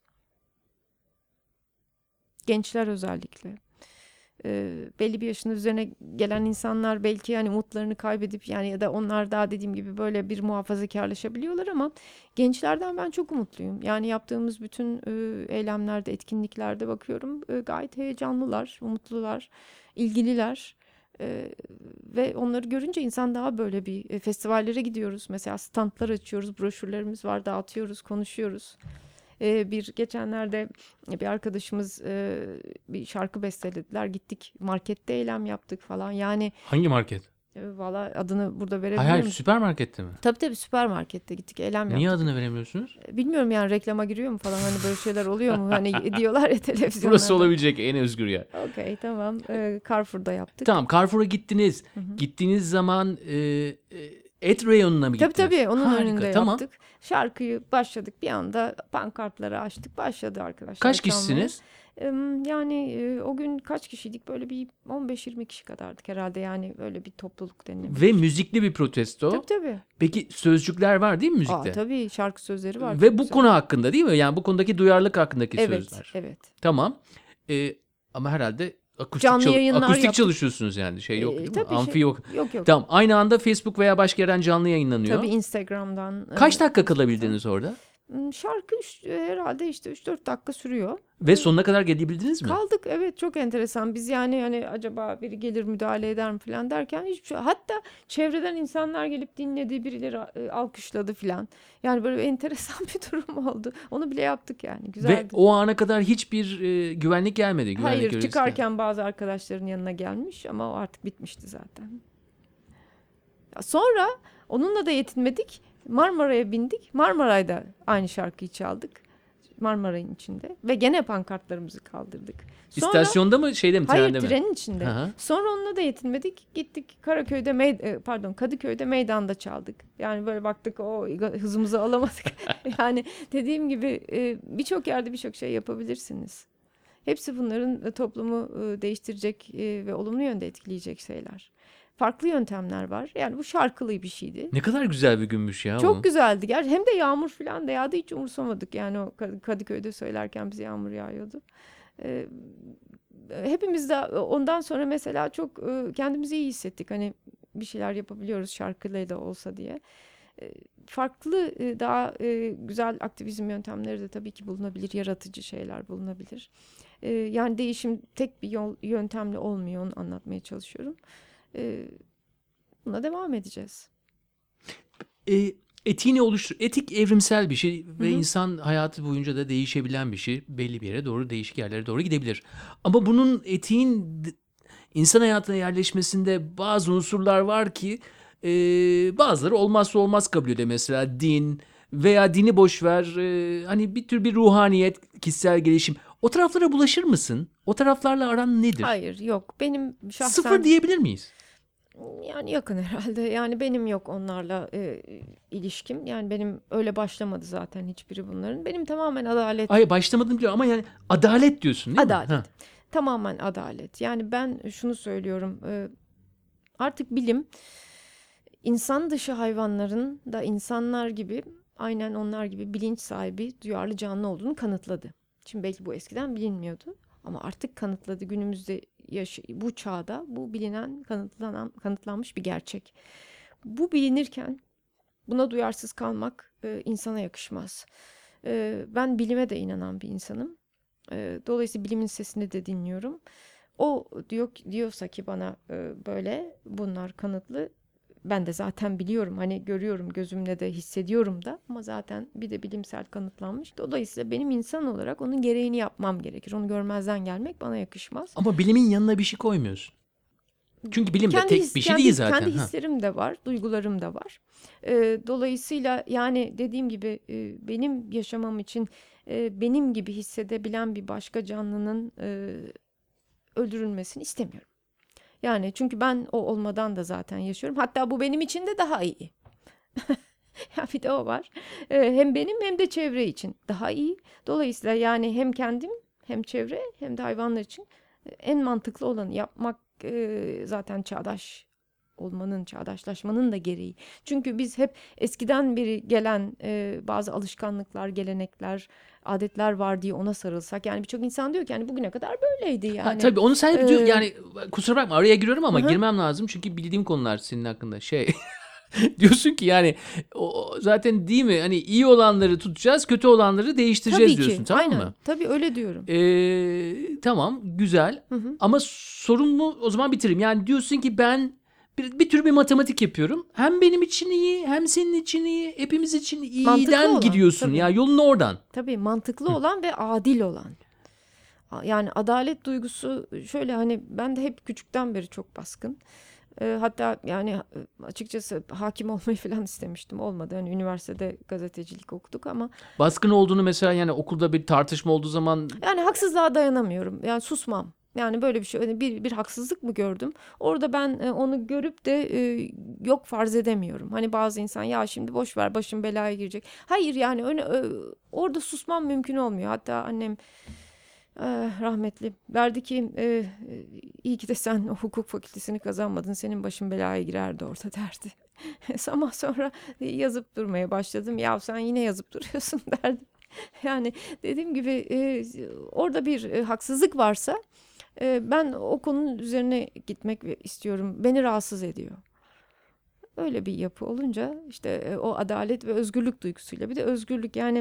Gençler özellikle. Belli bir yaşın üzerine gelen insanlar belki yani umutlarını kaybedip yani ya da onlar daha dediğim gibi böyle bir muhafazakarlaşabiliyorlar ama gençlerden ben çok umutluyum. Yani yaptığımız bütün eylemlerde, etkinliklerde bakıyorum gayet heyecanlılar, umutlular, ilgililer. Ve onları görünce insan daha böyle bir festivallere gidiyoruz. Mesela standlar açıyoruz, broşürlerimiz var, dağıtıyoruz, konuşuyoruz. Geçenlerde bir arkadaşımız bir şarkı bestelediler. Gittik markette eylem yaptık falan. Yani Hangi market? valla adını burada Hayır verebilirim. hayır, süpermarkette mi? Tabii süpermarkette gittik eylem Niye yaptık. adını veremiyorsunuz? Bilmiyorum yani reklama giriyor mu falan hani böyle şeyler oluyor mu? Hani diyorlar ya televizyonlarda. Burası olabilecek en özgür yer. Okey tamam. Carrefour'da yaptık. Tamam, Carrefour'a gittiniz. Gittiğiniz zaman et reyonuna mı gittiniz? Tabii onun Harika, önünde tamam. yaptık. Şarkıyı başladık bir anda pankartları açtık başladı arkadaşlar. Kaç çalmaya. kişisiniz? Yani o gün kaç kişiydik? Böyle bir 15-20 kişi kadardık herhalde. Yani öyle bir topluluk denilebilir. Ve müzikli bir protesto. Tabii. Peki sözcükler var değil mi müzikte? Tabii şarkı sözleri var. Ve çok bu güzel. konu hakkında değil mi? Yani bu konudaki duyarlılık hakkındaki sözler. Evet. Tamam. Ama herhalde Canlı yayınlar akustik yaptık. çalışıyorsunuz yani. Şey yok değil mi? Tabii Amfi yok. Yok. Tamam. Aynı anda Facebook veya başka yerden canlı yayınlanıyor. Tabii Instagram'dan. Kaç dakika kalabildiniz orada? Şarkı herhalde işte 3-4 dakika sürüyor. Ve sonuna kadar gelebildiniz mi? Kaldık evet çok enteresan. Biz yani hani acaba biri gelir müdahale eder mi falan derken hiçbir şey. Hatta çevreden insanlar gelip dinledi, birileri alkışladı falan. Yani böyle enteresan bir durum oldu. Onu bile yaptık yani. Güzeldi. Ve o ana kadar hiçbir güvenlik gelmedi. Güvenlik Hayır görevlisi çıkarken bazı arkadaşların yanına gelmiş ama o artık bitmişti zaten. Sonra onunla da yetinmedik. Marmara'ya bindik. Marmaray'da aynı şarkıyı çaldık. Marmaray'ın içinde. Ve gene pankartlarımızı kaldırdık. Sonra, İstasyonda mı şeyde mi hayır trende mi? trenin içinde. Hı-hı. Sonra onunla da yetinmedik. Gittik Kadıköy'de meydanda çaldık. Yani böyle baktık o hızımızı alamadık. Yani dediğim gibi birçok yerde birçok şey yapabilirsiniz. Hepsi bunların toplumu değiştirecek ve olumlu yönde etkileyecek şeyler. Farklı yöntemler var. Yani bu şarkılı bir şeydi. Ne kadar güzel bir günmüş ya. Çok güzeldi. Hem de yağmur falan da yağdı hiç umursamadık. Yani o Kadıköy'de söylerken bize yağmur yağıyordu. Hepimiz de ondan sonra mesela çok kendimizi iyi hissettik. Hani bir şeyler yapabiliyoruz şarkıyla da olsa diye. Farklı daha güzel aktivizm yöntemleri de tabii ki bulunabilir. Yaratıcı şeyler bulunabilir. Yani değişim tek bir yöntemle olmuyor. Onu anlatmaya çalışıyorum. Buna devam edeceğiz. Etiğini etik evrimsel bir şey ve Hı-hı. insan hayatı boyunca da değişebilen bir şey. Belli bir yere doğru, değişik yerlere doğru gidebilir. Ama bunun etiğin insan hayatına yerleşmesinde bazı unsurlar var ki bazıları olmazsa olmaz kabul ediyor. Mesela din veya dini boş ver. Hani bir tür bir ruhaniyet, kişisel gelişim. O taraflara bulaşır mısın? O taraflarla aran nedir? Hayır, yok. Benim şahsen... Sıfır diyebilir miyiz? Yani yakın herhalde. Yani benim yok onlarla ilişkim. Yani benim öyle başlamadı zaten hiçbiri bunların. Benim tamamen adalet. Hayır başlamadım diyor ama yani adalet diyorsun değil mi? Adalet. Tamamen adalet. Yani ben şunu söylüyorum. Artık bilim insan dışı hayvanların da insanlar gibi aynen onlar gibi bilinç sahibi duyarlı canlı olduğunu kanıtladı. Şimdi belki bu eskiden bilinmiyordu ama artık kanıtladı. Günümüzde bu çağda bu bilinen kanıtlanmış bir gerçek. Bu bilinirken buna duyarsız kalmak insana yakışmaz. Ben bilime de inanan bir insanım. Dolayısıyla bilimin sesini de dinliyorum. O diyorsa ki bana böyle bunlar kanıtlı. Ben de zaten biliyorum hani görüyorum gözümle de hissediyorum da ama zaten bir de bilimsel kanıtlanmış. Dolayısıyla benim insan olarak onun gereğini yapmam gerekir. Onu görmezden gelmek bana yakışmaz. Ama bilimin yanına bir şey koymuyorsun. Çünkü bilim de tek bir şey değil zaten. Kendi hislerim de var, duygularım da var. Dolayısıyla yani dediğim gibi benim yaşamam için benim gibi hissedebilen bir başka canlının öldürülmesini istemiyorum. Yani çünkü ben o olmadan da zaten yaşıyorum. Hatta bu benim için de daha iyi. Ya bir de o var. Hem benim hem de çevre için daha iyi. Dolayısıyla yani hem kendim hem çevre hem de hayvanlar için en mantıklı olanı yapmak zaten çağdaş olmanın, çağdaşlaşmanın da gereği. Çünkü biz hep eskiden beri gelen bazı alışkanlıklar, gelenekler, adetler var diye ona sarılsak. Yani birçok insan diyor ki yani bugüne kadar böyleydi yani. Tabii onu sen hep diyor, Ee, yani kusura bakma araya giriyorum ama hı hı. girmem lazım çünkü bildiğim konular senin hakkında diyorsun ki yani zaten değil mi, hani iyi olanları tutacağız, kötü olanları değiştireceğiz Tabii diyorsun, ki. tamam Aynen. mı? Tabii öyle diyorum. Tamam, güzel, Hı hı. ama sorunlu o zaman bitireyim. Yani diyorsun ki ben bir tür bir matematik yapıyorum. Hem benim için iyi, hem senin için iyi, hepimiz için Mantıklı iyiden olan gidiyorsun. tabii. Ya yolun oradan. Tabii mantıklı olan ve adil olan. Yani adalet duygusu şöyle, hani ben de hep küçükten beri çok baskın. Hatta yani açıkçası hakim olmayı falan istemiştim. Olmadı. Hani üniversitede gazetecilik okuduk ama Baskın olduğunu mesela, yani okulda bir tartışma olduğu zaman yani haksızlığa dayanamıyorum. Yani susmam. Yani böyle bir şey, hani bir haksızlık mı gördüm? Orada ben onu görüp de yok farz edemiyorum. Hani bazı insan ya şimdi boş ver, başım belaya girecek. Hayır yani orada susmam mümkün olmuyor. Hatta annem rahmetli derdi ki iyi ki de sen o hukuk fakültesini kazanmadın, senin başın belaya girerdi orada derdi. Ama sonra yazıp durmaya başladım. Ya sen yine yazıp duruyorsun derdi. Yani dediğim gibi orada bir haksızlık varsa ben o konunun üzerine gitmek istiyorum. Beni rahatsız ediyor. Öyle bir yapı olunca işte o adalet ve özgürlük duygusuyla, bir de özgürlük yani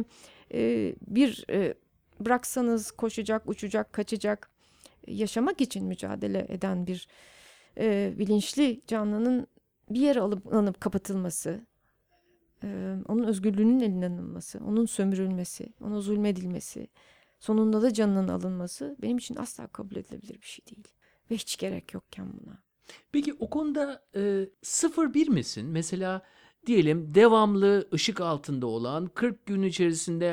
bıraksanız koşacak, uçacak, kaçacak, yaşamak için mücadele eden bir bilinçli canlının bir yere alınıp kapatılması, onun özgürlüğünün elinden alınması, onun sömürülmesi, ona zulmedilmesi, sonunda da canının alınması benim için asla kabul edilebilir bir şey değil. Ve hiç gerek yokken buna. peki o konuda 0-1 misin? Mesela diyelim devamlı ışık altında olan, 40 gün içerisinde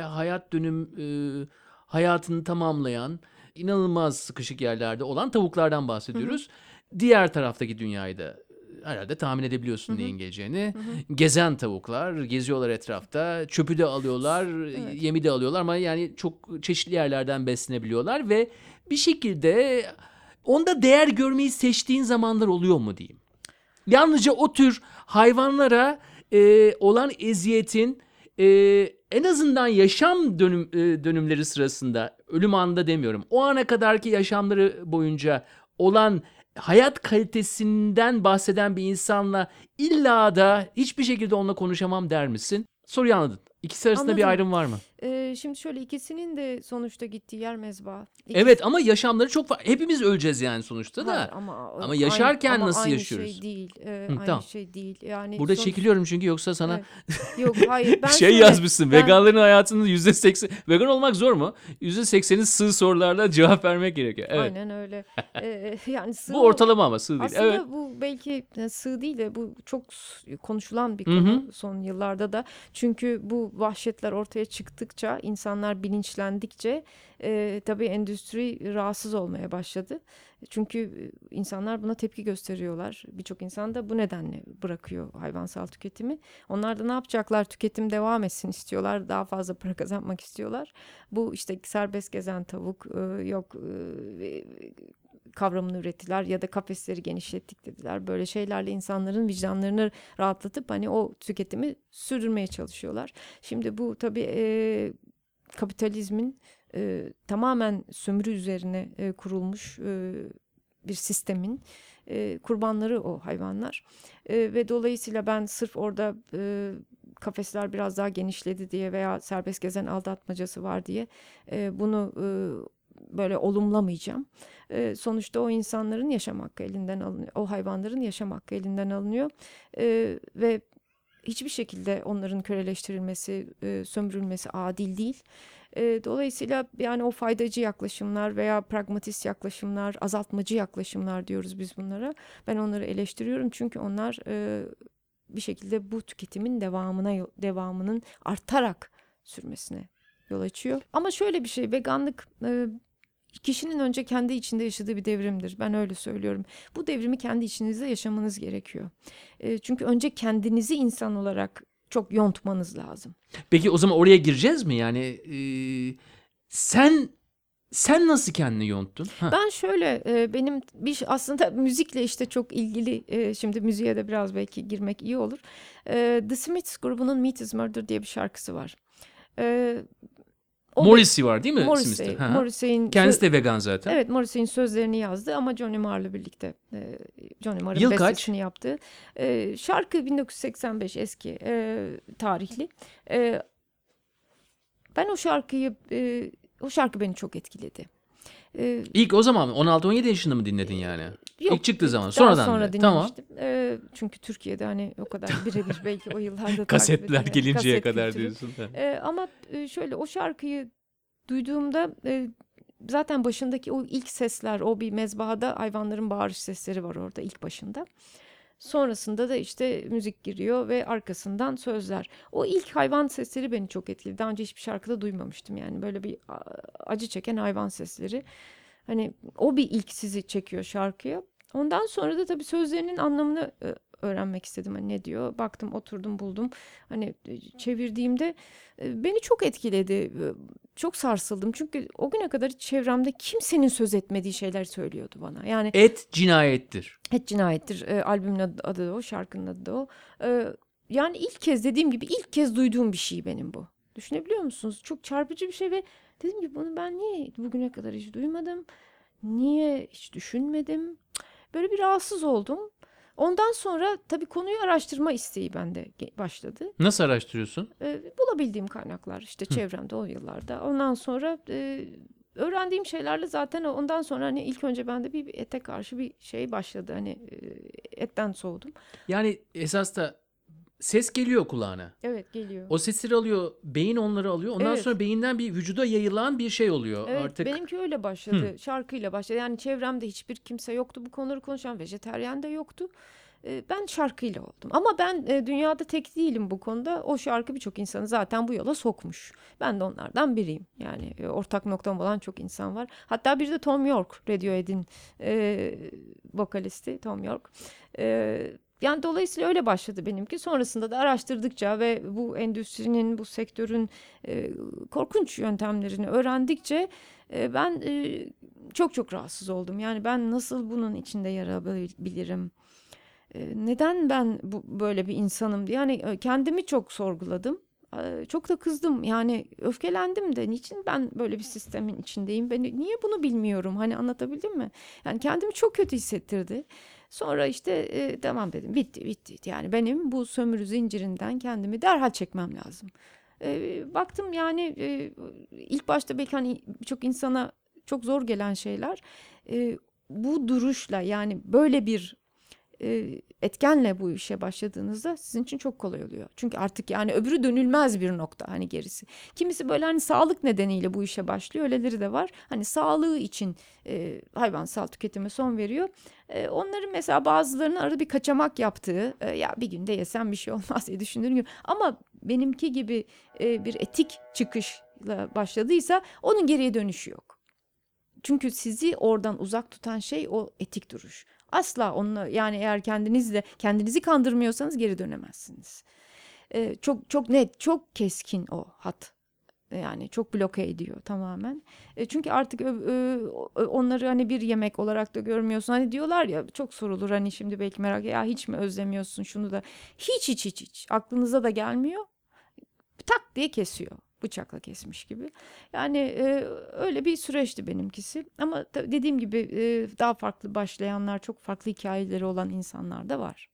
hayatını tamamlayan, inanılmaz sıkışık yerlerde olan tavuklardan Hı hı, bahsediyoruz. Diğer taraftaki dünyayı da herhalde tahmin hı edebiliyorsun hı, neyin geleceğini. hı hı. Gezen tavuklar geziyorlar etrafta, çöpü de alıyorlar, Evet. yemi de alıyorlar ama yani çok çeşitli yerlerden beslenebiliyorlar ve bir şekilde onda değer görmeyi seçtiğin zamanlar oluyor mu diyeyim. Yalnızca o tür hayvanlara olan eziyetin e, en azından yaşam dönümleri sırasında, ölüm anında demiyorum, o ana kadarki yaşamları boyunca olan hayat kalitesinden bahseden bir insanla illa da hiçbir şekilde onunla konuşamam der misin? Soruyu anladın. İkisi arasında bir Anladım. ayrım var mı? Şimdi şöyle, ikisinin de sonuçta gittiği yer mezba. Evet, ama yaşamları çok farklı. Hepimiz öleceğiz yani sonuçta Hayır da. ama Ama yaşarken nasıl aynı şey yaşıyoruz? değil. Aynı Tamam. şey değil. Yani Burada çekiliyorum çünkü yoksa sana evet. Yok, hayır. Ben şey şöyle yazmışsın. ben Veganların hayatının %80. Vegan olmak zor mu? %80'i sığ sorularla cevap vermek gerekiyor. Evet. aynen öyle. Yani Bu ortalama ama sığ değil. Evet. aslında bu belki sığ değil de bu çok konuşulan bir Hı hı. konu son yıllarda da. Çünkü bu vahşetler ortaya çıktıkça, insanlar bilinçlendikçe tabii endüstri rahatsız olmaya başladı. Çünkü insanlar buna tepki gösteriyorlar. Birçok insan da bu nedenle bırakıyor hayvansal tüketimi. Onlar da ne yapacaklar? Tüketim devam etsin istiyorlar. Daha fazla para kazanmak istiyorlar. Bu işte serbest gezen tavuk, yok kavramını ürettiler ya da kafesleri genişlettik dediler. Böyle şeylerle insanların vicdanlarını rahatlatıp hani o tüketimi sürdürmeye çalışıyorlar. Şimdi bu tabii kapitalizmin tamamen sömürü üzerine kurulmuş bir sistemin kurbanları o hayvanlar. Ve dolayısıyla ben sırf orada kafesler biraz daha genişledi diye veya serbest gezen aldatmacası var diye bunu böyle olumlamayacağım. Sonuçta o insanların yaşam hakkı elinden alınıyor. O hayvanların yaşam hakkı elinden alınıyor. Ve hiçbir şekilde onların köleleştirilmesi, sömürülmesi adil değil. Dolayısıyla yani o faydacı yaklaşımlar veya pragmatist yaklaşımlar, azaltmacı yaklaşımlar diyoruz biz bunlara. Ben onları eleştiriyorum çünkü onlar bir şekilde bu tüketimin devamının artarak sürmesine yol açıyor. Ama şöyle bir şey, veganlık kişinin önce kendi içinde yaşadığı bir devrimdir. Ben öyle söylüyorum. Bu devrimi kendi içinizde yaşamanız gerekiyor. Çünkü önce kendinizi insan olarak çok yontmanız lazım. Peki o zaman oraya gireceğiz mi? Yani sen nasıl kendini yonttun? Ben şöyle benim aslında müzikle işte çok ilgili şimdi müziğe de biraz belki girmek iyi olur. The Smiths grubunun Meat is Murder diye bir şarkısı var. Morrissey var değil mi? Morrissey'in kendisi de vegan zaten. Evet, Morrissey'in sözlerini yazdı ama Johnny Marr'la birlikte Johnny Marr'ın Yıl kaç? bestesini yaptı. Şarkı 1985 eski tarihli. Ben o şarkı beni çok etkiledi. İlk o zaman 16-17 yaşında mı dinledin yani? Yok, İlk çıktığı zaman. daha Sonradan sonra dinledin. Tamam. dinlemiştim. Çünkü Türkiye'de hani o kadar birebir belki o yıllarda Kasetler takip edilen gelinceye kaset kadar kültürü. diyorsun. Ama şöyle o şarkıyı duyduğumda zaten başındaki o ilk sesler, o bir mezbahada hayvanların bağırış sesleri var orada ilk başında. Sonrasında da işte müzik giriyor ve arkasından sözler. O ilk hayvan sesleri beni çok etkiledi. Daha önce hiçbir şarkıda duymamıştım yani böyle bir acı çeken hayvan sesleri. Hani o bir ilk sizi çekiyor şarkıya. Ondan sonra da tabii sözlerinin anlamını öğrenmek istedim. Hani ne diyor? Baktım, oturdum, buldum. Hani çevirdiğimde beni çok etkiledi. Çok sarsıldım. Çünkü o güne kadar hiç çevremde kimsenin söz etmediği şeyler söylüyordu bana. Yani Et cinayettir. Et cinayettir. Albümün adı da o, şarkının adı da o. Yani ilk kez dediğim gibi ilk kez duyduğum bir şey benim bu. Düşünebiliyor musunuz? Çok çarpıcı bir şey ve dedim ki bunu ben niye bugüne kadar hiç duymadım? Niye hiç düşünmedim? Böyle bir rahatsız oldum. Ondan sonra tabii konuyu araştırma isteği bende başladı. Nasıl araştırıyorsun? Bulabildiğim kaynaklar işte çevremde o yıllarda. Ondan sonra öğrendiğim şeylerle zaten ondan sonra hani ilk önce bende bir ete karşı bir şey başladı. Hani etten soğudum. Yani esas da ses geliyor kulağına. Evet, geliyor. O sesleri alıyor, beyin onları alıyor. Ondan Evet. sonra beyinden bir vücuda yayılan bir şey oluyor. Evet, Artık benimki öyle başladı. Şarkıyla başladı. Yani çevremde hiçbir kimse yoktu bu konuları konuşan, vejetaryen de yoktu. Ben şarkıyla oldum. Ama ben dünyada tek değilim bu konuda. O şarkı birçok insanı zaten bu yola sokmuş. Ben de onlardan biriyim. Yani ortak noktam olan çok insan var. Hatta bir de Tom York, Radiohead'in vokalisti Tom York. Yani dolayısıyla öyle başladı benimki. Sonrasında da araştırdıkça ve bu endüstrinin, bu sektörün korkunç yöntemlerini öğrendikçe ben çok çok rahatsız oldum. Yani ben nasıl bunun içinde yer alabilirim? Neden ben böyle bir insanım diye. Yani kendimi çok sorguladım. Çok da kızdım. Yani öfkelendim de. Niçin ben böyle bir sistemin içindeyim? Niye bunu bilmiyorum? Hani anlatabildim mi? Yani kendimi çok kötü hissettirdi. Sonra işte tamam dedim. Bitti. Yani benim bu sömürü zincirinden kendimi derhal çekmem lazım. Baktım yani ilk başta belki hani birçok insana çok zor gelen şeyler. Bu duruşla yani böyle bir etkenle bu işe başladığınızda sizin için çok kolay oluyor. Çünkü artık yani öbürü dönülmez bir nokta hani gerisi. Kimisi böyle hani sağlık nedeniyle bu işe başlıyor. Öyleleri de var. Hani sağlığı için hayvansal tüketime son veriyor. Onların mesela bazılarının arada bir kaçamak yaptığı ya bir günde yesem bir şey olmaz diye düşündüğüm gibi. Ama benimki gibi bir etik çıkışla başladıysa onun geriye dönüşü yok. Çünkü sizi oradan uzak tutan şey o etik duruş. Asla onunla yani eğer kendinizi kandırmıyorsanız geri dönemezsiniz. Çok net, çok keskin o hat. Yani çok bloke ediyor tamamen. Çünkü artık onları hani bir yemek olarak da görmüyorsun. Hani diyorlar ya çok sorulur hani şimdi belki merak ya hiç mi özlemiyorsun şunu da. Hiç aklınıza da gelmiyor. Tak diye kesiyor. Bıçakla kesmiş gibi. Yani öyle bir süreçti benimkisi. Ama dediğim gibi daha farklı başlayanlar, çok farklı hikayeleri olan insanlar da var.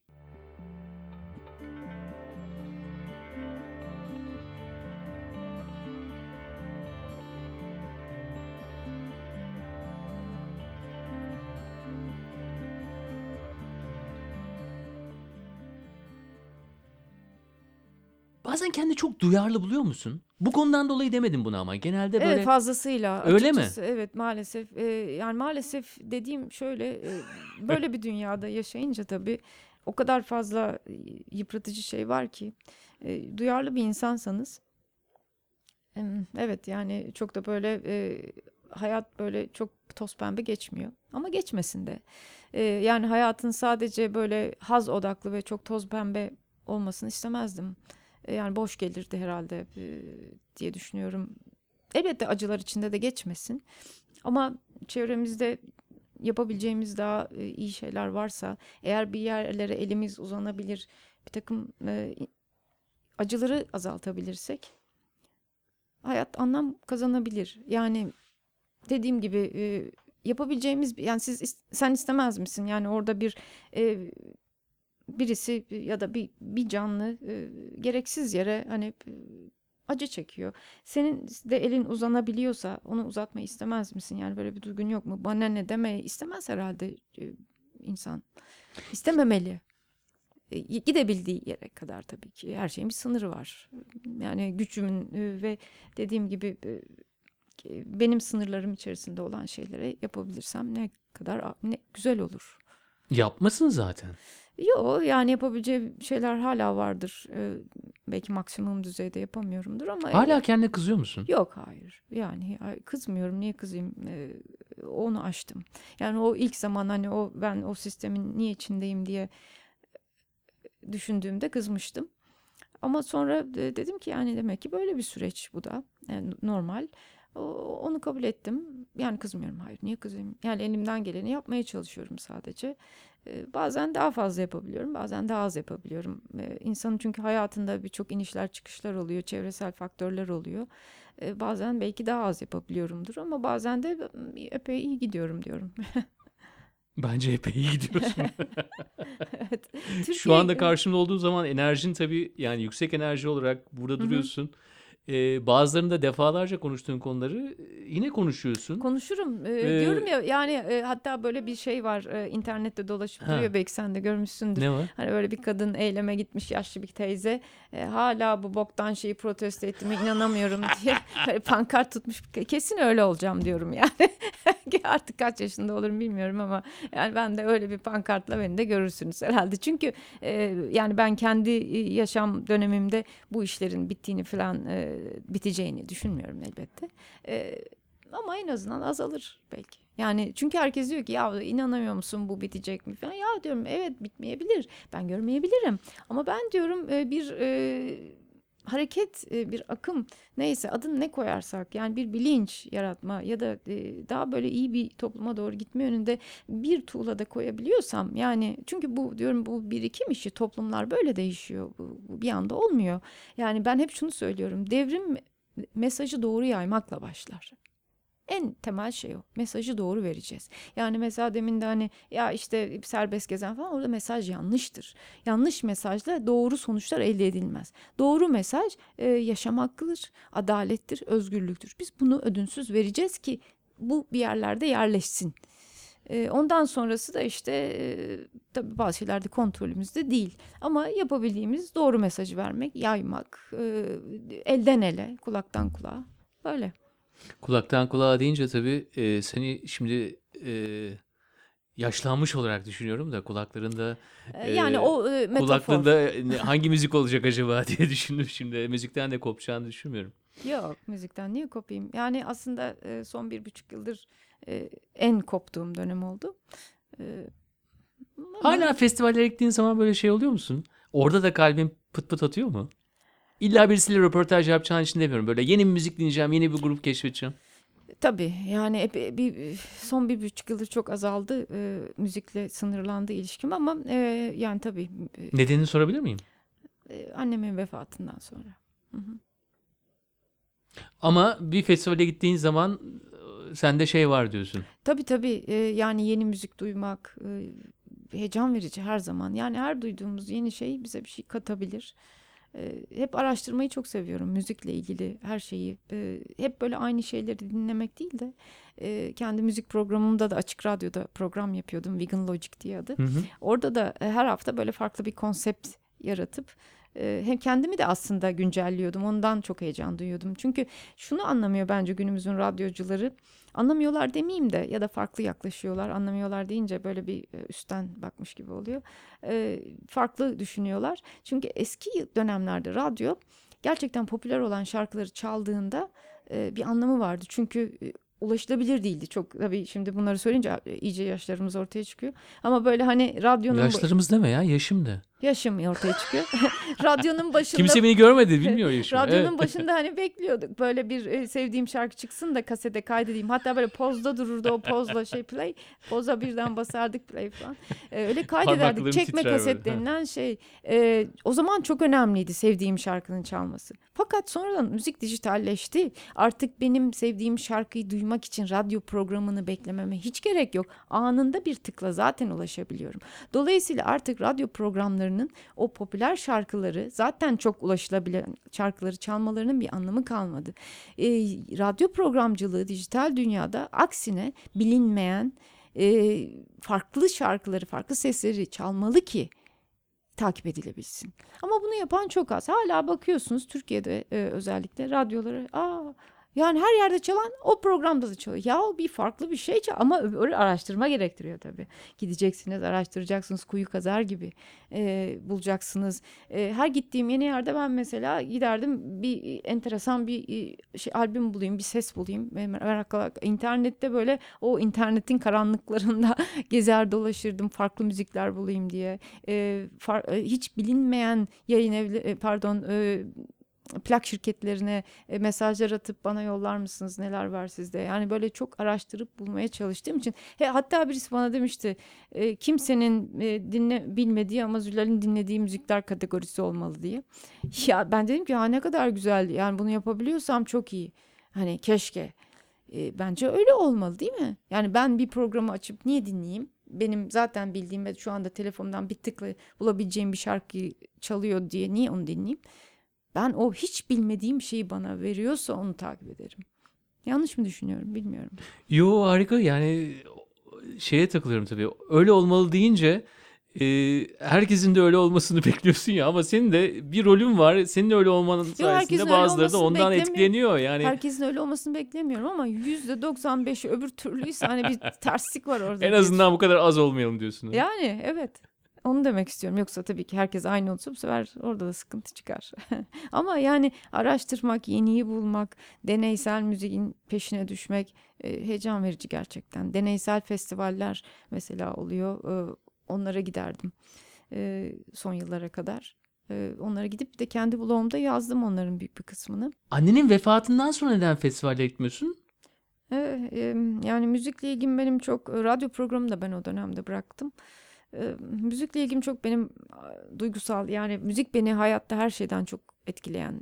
bazen kendini çok duyarlı buluyor musun? Bu konudan dolayı demedim bunu ama genelde böyle. Evet, fazlasıyla Öyle mi? açıkçası. Evet, maalesef. Yani maalesef dediğim şöyle böyle bir dünyada yaşayınca tabii o kadar fazla yıpratıcı şey var ki duyarlı bir insansanız evet yani çok da böyle hayat böyle çok toz pembe geçmiyor. Ama geçmesin de. Yani hayatın sadece böyle haz odaklı ve çok toz pembe olmasını istemezdim. Yani boş gelirdi herhalde diye düşünüyorum. Elbette acılar içinde de geçmesin. Ama çevremizde yapabileceğimiz daha iyi şeyler varsa, eğer bir yerlere elimiz uzanabilir, bir takım acıları azaltabilirsek, hayat anlam kazanabilir. Yani dediğim gibi yapabileceğimiz, yani sen istemez misin? Yani orada birisi ya da bir canlı gereksiz yere hani acı çekiyor. Senin de elin uzanabiliyorsa onu uzatmayı istemez misin? Yani böyle bir duygun yok mu? Bana ne demeyi istemez herhalde insan. İstememeli. Gidebildiği yere kadar tabii ki. Her şeyin bir sınırı var. Yani gücümün ve dediğim gibi benim sınırlarım içerisinde olan şeylere yapabilirsem ne kadar ne güzel olur. Yapmasın zaten. Yok, yani yapabileceğim şeyler hala vardır. Belki maksimum düzeyde yapamıyorumdur ama Hala kendine kızıyor musun? yok, hayır. Yani kızmıyorum. Niye kızayım? Onu aştım. Yani o ilk zaman hani ben o sistemin niye içindeyim diye düşündüğümde kızmıştım. Ama sonra dedim ki yani demek ki böyle bir süreç bu da. Yani normal. Onu kabul ettim. Yani kızmıyorum. Hayır, niye kızayım? Yani elimden geleni yapmaya çalışıyorum sadece. Bazen daha fazla yapabiliyorum, bazen daha az yapabiliyorum. İnsanın çünkü hayatında birçok inişler çıkışlar oluyor, çevresel faktörler oluyor. Bazen belki daha az yapabiliyorumdur ama bazen de epey iyi gidiyorum diyorum. Bence epey iyi gidiyorsun. Evet. Şu anda Türkiye karşımda olduğu zaman enerjin tabii yani yüksek enerji olarak burada Hı hı. duruyorsun. Bazılarında defalarca konuştuğun konuları yine konuşuyorsun. Konuşurum. Ee, Diyorum ya yani hatta böyle bir şey var, internette dolaşıp duruyor, ha, belki sen de görmüşsündür. ne var? Hani böyle bir kadın eyleme gitmiş, yaşlı bir teyze. Hala bu boktan şeyi protesto ettiğime inanamıyorum diye böyle pankart tutmuş. Kesin öyle olacağım diyorum yani. Artık kaç yaşında olurum bilmiyorum ama yani ben de öyle bir pankartla beni de görürsünüz herhalde. Çünkü yani ben kendi yaşam dönemimde bu işlerin bittiğini falan biteceğini düşünmüyorum elbette. Ama en azından azalır belki. Yani çünkü herkes diyor ki ya inanamıyor musun bu bitecek mi falan. Ya diyorum evet, bitmeyebilir. Ben görmeyebilirim. Ama ben diyorum bir hareket, bir akım, neyse adını ne koyarsak, yani bir bilinç yaratma ya da daha böyle iyi bir topluma doğru gitme yönünde bir tuğla da koyabiliyorsam, yani çünkü bu diyorum bu birikim işi, toplumlar böyle değişiyor. Bu bir anda olmuyor. Yani ben hep şunu söylüyorum. Devrim mesajı doğru yaymakla başlar. En temel şey o. Mesajı doğru vereceğiz. Yani mesela demin de hani ya işte serbest gezen falan, orada mesaj yanlıştır. Yanlış mesajla doğru sonuçlar elde edilmez. Doğru mesaj yaşam hakkıdır, adalettir, özgürlüktür. Biz bunu ödünsüz vereceğiz ki bu bir yerlerde yerleşsin. Ondan sonrası da işte tabii bazı şeylerde kontrolümüzde değil. Ama yapabildiğimiz doğru mesajı vermek, yaymak, elden ele, kulaktan kulağa, böyle. Kulaktan kulağa deyince tabii seni şimdi yaşlanmış olarak düşünüyorum da kulaklarında Yani o metafor. kulaklığında hangi müzik olacak acaba diye düşündüm şimdi. Müzikten de kopacağını düşünmüyorum. Yok, müzikten niye kopayım? Yani aslında son 1,5 yıldır en koptuğum dönem oldu. E, ama Hala festivallere gittiğin zaman böyle şey oluyor musun? Orada da kalbin pıt pıt atıyor mu? İlla birisiyle röportaj yapacağın için demiyorum. Böyle yeni bir müzik dinleyeceğim, yeni bir grup keşfedeceğim. tabii yani son 1,5 yıldır çok azaldı, müzikle sınırlandı ilişkim ama yani tabii Nedenini sorabilir miyim? annemin vefatından sonra. Hı hı. Ama bir festivale gittiğin zaman sende şey var diyorsun. Tabii yani yeni müzik duymak heyecan verici her zaman. Yani her duyduğumuz yeni şey bize bir şey katabilir. Hep araştırmayı çok seviyorum, müzikle ilgili her şeyi. Hep böyle aynı şeyleri dinlemek değil de kendi müzik programımda da Açık Radyo'da program yapıyordum, Vegan Logic diye adı. Hı hı. Orada da her hafta böyle farklı bir konsept yaratıp hem kendimi de aslında güncelliyordum. Ondan çok heyecan duyuyordum. Çünkü şunu anlamıyor bence günümüzün radyocuları. Anlamıyorlar demeyeyim de, ya da farklı yaklaşıyorlar. Anlamıyorlar deyince böyle bir üstten bakmış gibi oluyor. Farklı düşünüyorlar. Çünkü eski dönemlerde radyo gerçekten popüler olan şarkıları çaldığında bir anlamı vardı. Çünkü ulaşılabilir değildi çok. Tabii şimdi bunları söyleyince iyice yaşlarımız ortaya çıkıyor. Ama böyle hani radyonun Yaşlarımız deme ya, yaşım de. yaşım ortaya çıkıyor. Radyonun başında Kimse beni görmedi, bilmiyor yaşımı. radyonun Evet. başında hani bekliyorduk. Böyle bir sevdiğim şarkı çıksın da kasete kaydedeyim. Hatta böyle pozda dururdu, o pozla play. Poza birden basardık play falan. Öyle kaydederdik. Parmaklarım Çekme titrer kaset böyle. denilen şey. O zaman çok önemliydi sevdiğim şarkının çalması. Fakat sonradan müzik dijitalleşti. Artık benim sevdiğim şarkıyı duymak için radyo programını beklememe hiç gerek yok. Anında bir tıkla zaten ulaşabiliyorum. Dolayısıyla artık radyo programlarının o popüler şarkıları, zaten çok ulaşılabilen şarkıları çalmalarının bir anlamı kalmadı. Radyo programcılığı dijital dünyada aksine bilinmeyen farklı şarkıları, farklı sesleri çalmalı ki takip edilebilsin. Ama bunu yapan çok az. Hala bakıyorsunuz Türkiye'de özellikle radyolara, yani her yerde çalan o programda da çalıyor. Ya bir farklı bir şey çal, ama öyle araştırma gerektiriyor tabii. Gideceksiniz, araştıracaksınız, kuyu kazar gibi bulacaksınız. Her gittiğim yeni yerde ben mesela giderdim, bir enteresan bir albüm bulayım, bir ses bulayım. Merakla internette böyle o internetin karanlıklarında gezer dolaşırdım, farklı müzikler bulayım diye. Hiç bilinmeyen yayın evleri, plak şirketlerine mesajlar atıp bana yollar mısınız, neler var sizde? Yani böyle çok araştırıp bulmaya çalıştığım için. Hatta birisi bana demişti, kimsenin bilmediği ama Zülal'in dinlediği müzikler kategorisi olmalı diye. Ya ben dedim ki ne kadar güzel, yani bunu yapabiliyorsam çok iyi. Hani keşke. Bence öyle olmalı değil mi? Yani ben bir programı açıp niye dinleyeyim? Benim zaten bildiğim ve şu anda telefondan bir tıkla bulabileceğim bir şarkı çalıyor diye niye onu dinleyeyim? Ben o hiç bilmediğim şeyi bana veriyorsa onu takip ederim. Yanlış mı düşünüyorum bilmiyorum. Yo, harika yani, şeye takılıyorum tabii. Öyle olmalı deyince herkesin de öyle olmasını bekliyorsun ya, ama senin de bir rolün var. Senin öyle olmanın sayesinde herkesin öyle bazıları da olmasını ondan beklemiyorum. etkileniyor yani. Herkesin öyle olmasını beklemiyorum ama %95'i öbür türlüyse hani bir terslik var orada En diye azından bu kadar az olmayalım diyorsun. Yani evet. Onu demek istiyorum. Yoksa tabii ki herkes aynı olsa bu sefer orada da sıkıntı çıkar. Ama yani araştırmak, yeniyi bulmak, deneysel müziğin peşine düşmek heyecan verici gerçekten. Deneysel festivaller mesela oluyor. Onlara giderdim son yıllara kadar. Onlara gidip bir de kendi blogumda yazdım onların büyük bir kısmını. Annenin vefatından sonra neden festivale gitmiyorsun? Yani müzikle ilgim benim çok, radyo programını da ben o dönemde bıraktım. Müzikle ilgim çok benim duygusal, yani müzik beni hayatta her şeyden çok etkileyen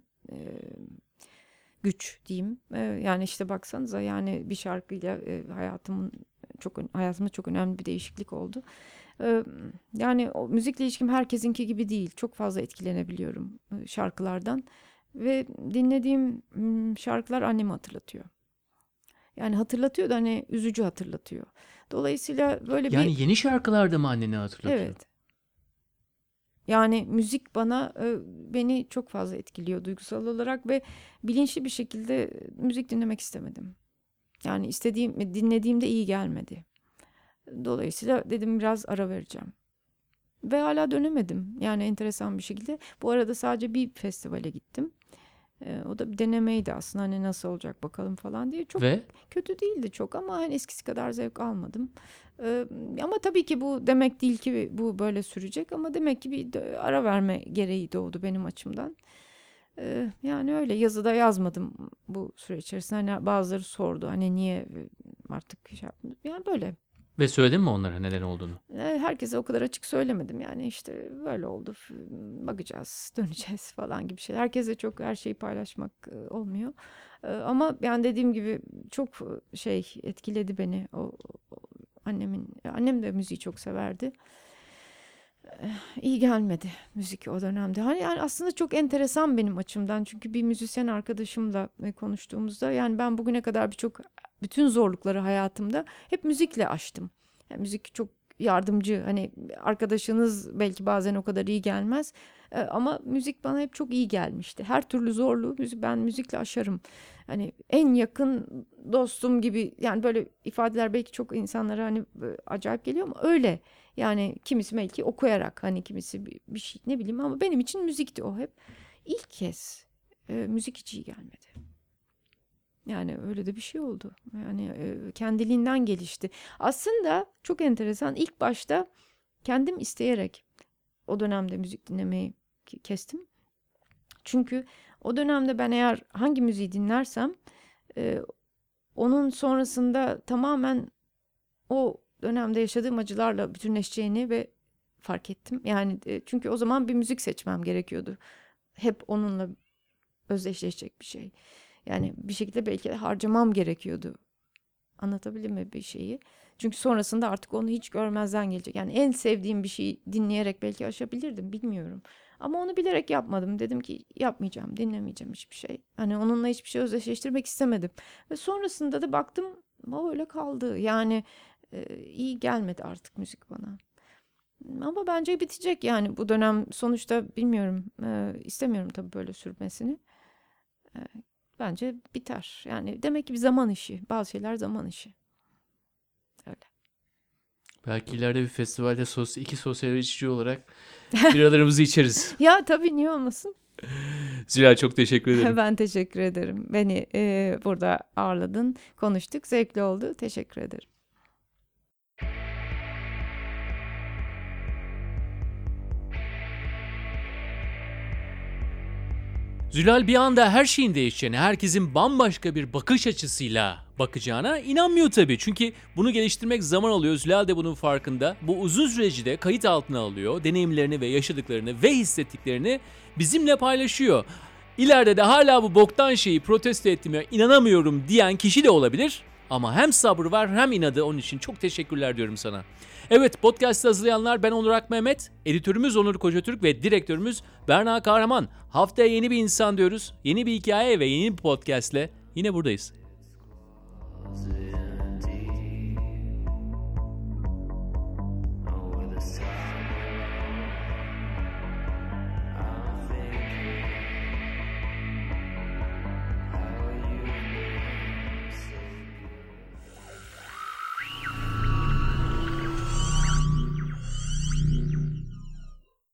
güç diyeyim. Yani işte baksanıza, yani bir şarkıyla hayatımda çok önemli bir değişiklik oldu. Yani o müzikle ilişkim herkesinki gibi değil. Çok fazla etkilenebiliyorum şarkılardan ve dinlediğim şarkılar annemi hatırlatıyor. Yani hatırlatıyor da hani üzücü hatırlatıyor. Dolayısıyla böyle Yani yeni şarkılarda mı anneni hatırlatıyor? Evet. Yani müzik beni çok fazla etkiliyor duygusal olarak ve bilinçli bir şekilde müzik dinlemek istemedim. Yani dinlediğimde iyi gelmedi. Dolayısıyla dedim biraz ara vereceğim. Ve hala dönemedim. Yani enteresan bir şekilde. Bu arada sadece bir festivale gittim. O da bir denemeydi aslında, hani nasıl olacak bakalım falan diye. Çok Ve kötü değildi çok, ama hani eskisi kadar zevk almadım. Ama tabii ki bu demek değil ki bu böyle sürecek, ama demek ki bir ara verme gereği doğdu benim açımdan. Yani öyle yazıda yazmadım bu süre içerisinde. Hani bazıları sordu hani niye artık şey yaptın? Yani böyle. ve söyledin mi onlara neden olduğunu? Herkese o kadar açık söylemedim, yani işte böyle oldu, bakacağız, döneceğiz falan gibi şeyler. Herkese çok her şeyi paylaşmak olmuyor. Ama yani dediğim gibi çok etkiledi beni annem de müziği çok severdi. İyi gelmedi müzik o dönemde. Hani yani aslında çok enteresan benim açımdan. Çünkü bir müzisyen arkadaşımla konuştuğumuzda, yani ben bugüne kadar bütün zorlukları hayatımda hep müzikle aştım. Yani müzik çok yardımcı. Hani arkadaşınız belki bazen o kadar iyi gelmez. Ama müzik bana hep çok iyi gelmişti. Her türlü zorluğu ben müzikle aşarım. Hani en yakın dostum gibi, yani böyle ifadeler belki çok insanlara hani acayip geliyor ama öyle. Yani kimisi belki okuyarak, hani kimisi bir şey, ne bileyim, ama benim için müzikti o hep. İlk kez müzik hiç iyi gelmedi. Yani öyle de bir şey oldu. Yani kendiliğinden gelişti. Aslında çok enteresan. İlk başta kendim isteyerek o dönemde müzik dinlemeyi kestim. Çünkü o dönemde ben eğer hangi müziği dinlersem onun sonrasında tamamen o dönemde yaşadığım acılarla bütünleşeceğini ve fark ettim. Yani çünkü o zaman bir müzik seçmem gerekiyordu. Hep onunla özdeşleşecek bir şey. Yani bir şekilde belki de harcamam gerekiyordu. Anlatabildim mi bir şeyi? Çünkü sonrasında artık onu hiç görmezden gelecek. Yani en sevdiğim bir şeyi dinleyerek belki aşabilirdim, bilmiyorum. Ama onu bilerek yapmadım. Dedim ki yapmayacağım, dinlemeyeceğim hiçbir şey. Hani onunla hiçbir şey özdeşleştirmek istemedim. Ve sonrasında da baktım o öyle kaldı. Yani iyi gelmedi artık müzik bana. Ama bence bitecek yani bu dönem sonuçta, bilmiyorum. İstemiyorum tabii böyle sürmesini. E, Bence biter. Yani demek ki bir zaman işi. Bazı şeyler zaman işi. Öyle. Belki ileride bir festivalde iki sosyal içici olarak biralarımızı içeriz. Ya tabii, niye olmasın? Zülal, çok teşekkür ederim. Ben teşekkür ederim. Beni burada ağırladın, konuştuk. Zevkli oldu. Teşekkür ederim. Zülal bir anda her şeyin değişeceğine, herkesin bambaşka bir bakış açısıyla bakacağına inanmıyor tabii. Çünkü bunu geliştirmek zaman alıyor. Zülal de bunun farkında. Bu uzun süreci de kayıt altına alıyor. Deneyimlerini ve yaşadıklarını ve hissettiklerini bizimle paylaşıyor. İleride de hala bu boktan şeyi protesto ettiğime inanamıyorum diyen kişi de olabilir. Ama hem sabrı var hem inadı, onun için çok teşekkürler diyorum sana. Evet, podcast'ı hazırlayanlar ben Onur Akmehmet, editörümüz Onur Kocatürk ve direktörümüz Berna Kahraman. Haftaya yeni bir insan diyoruz, yeni bir hikaye ve yeni bir podcast'le yine buradayız.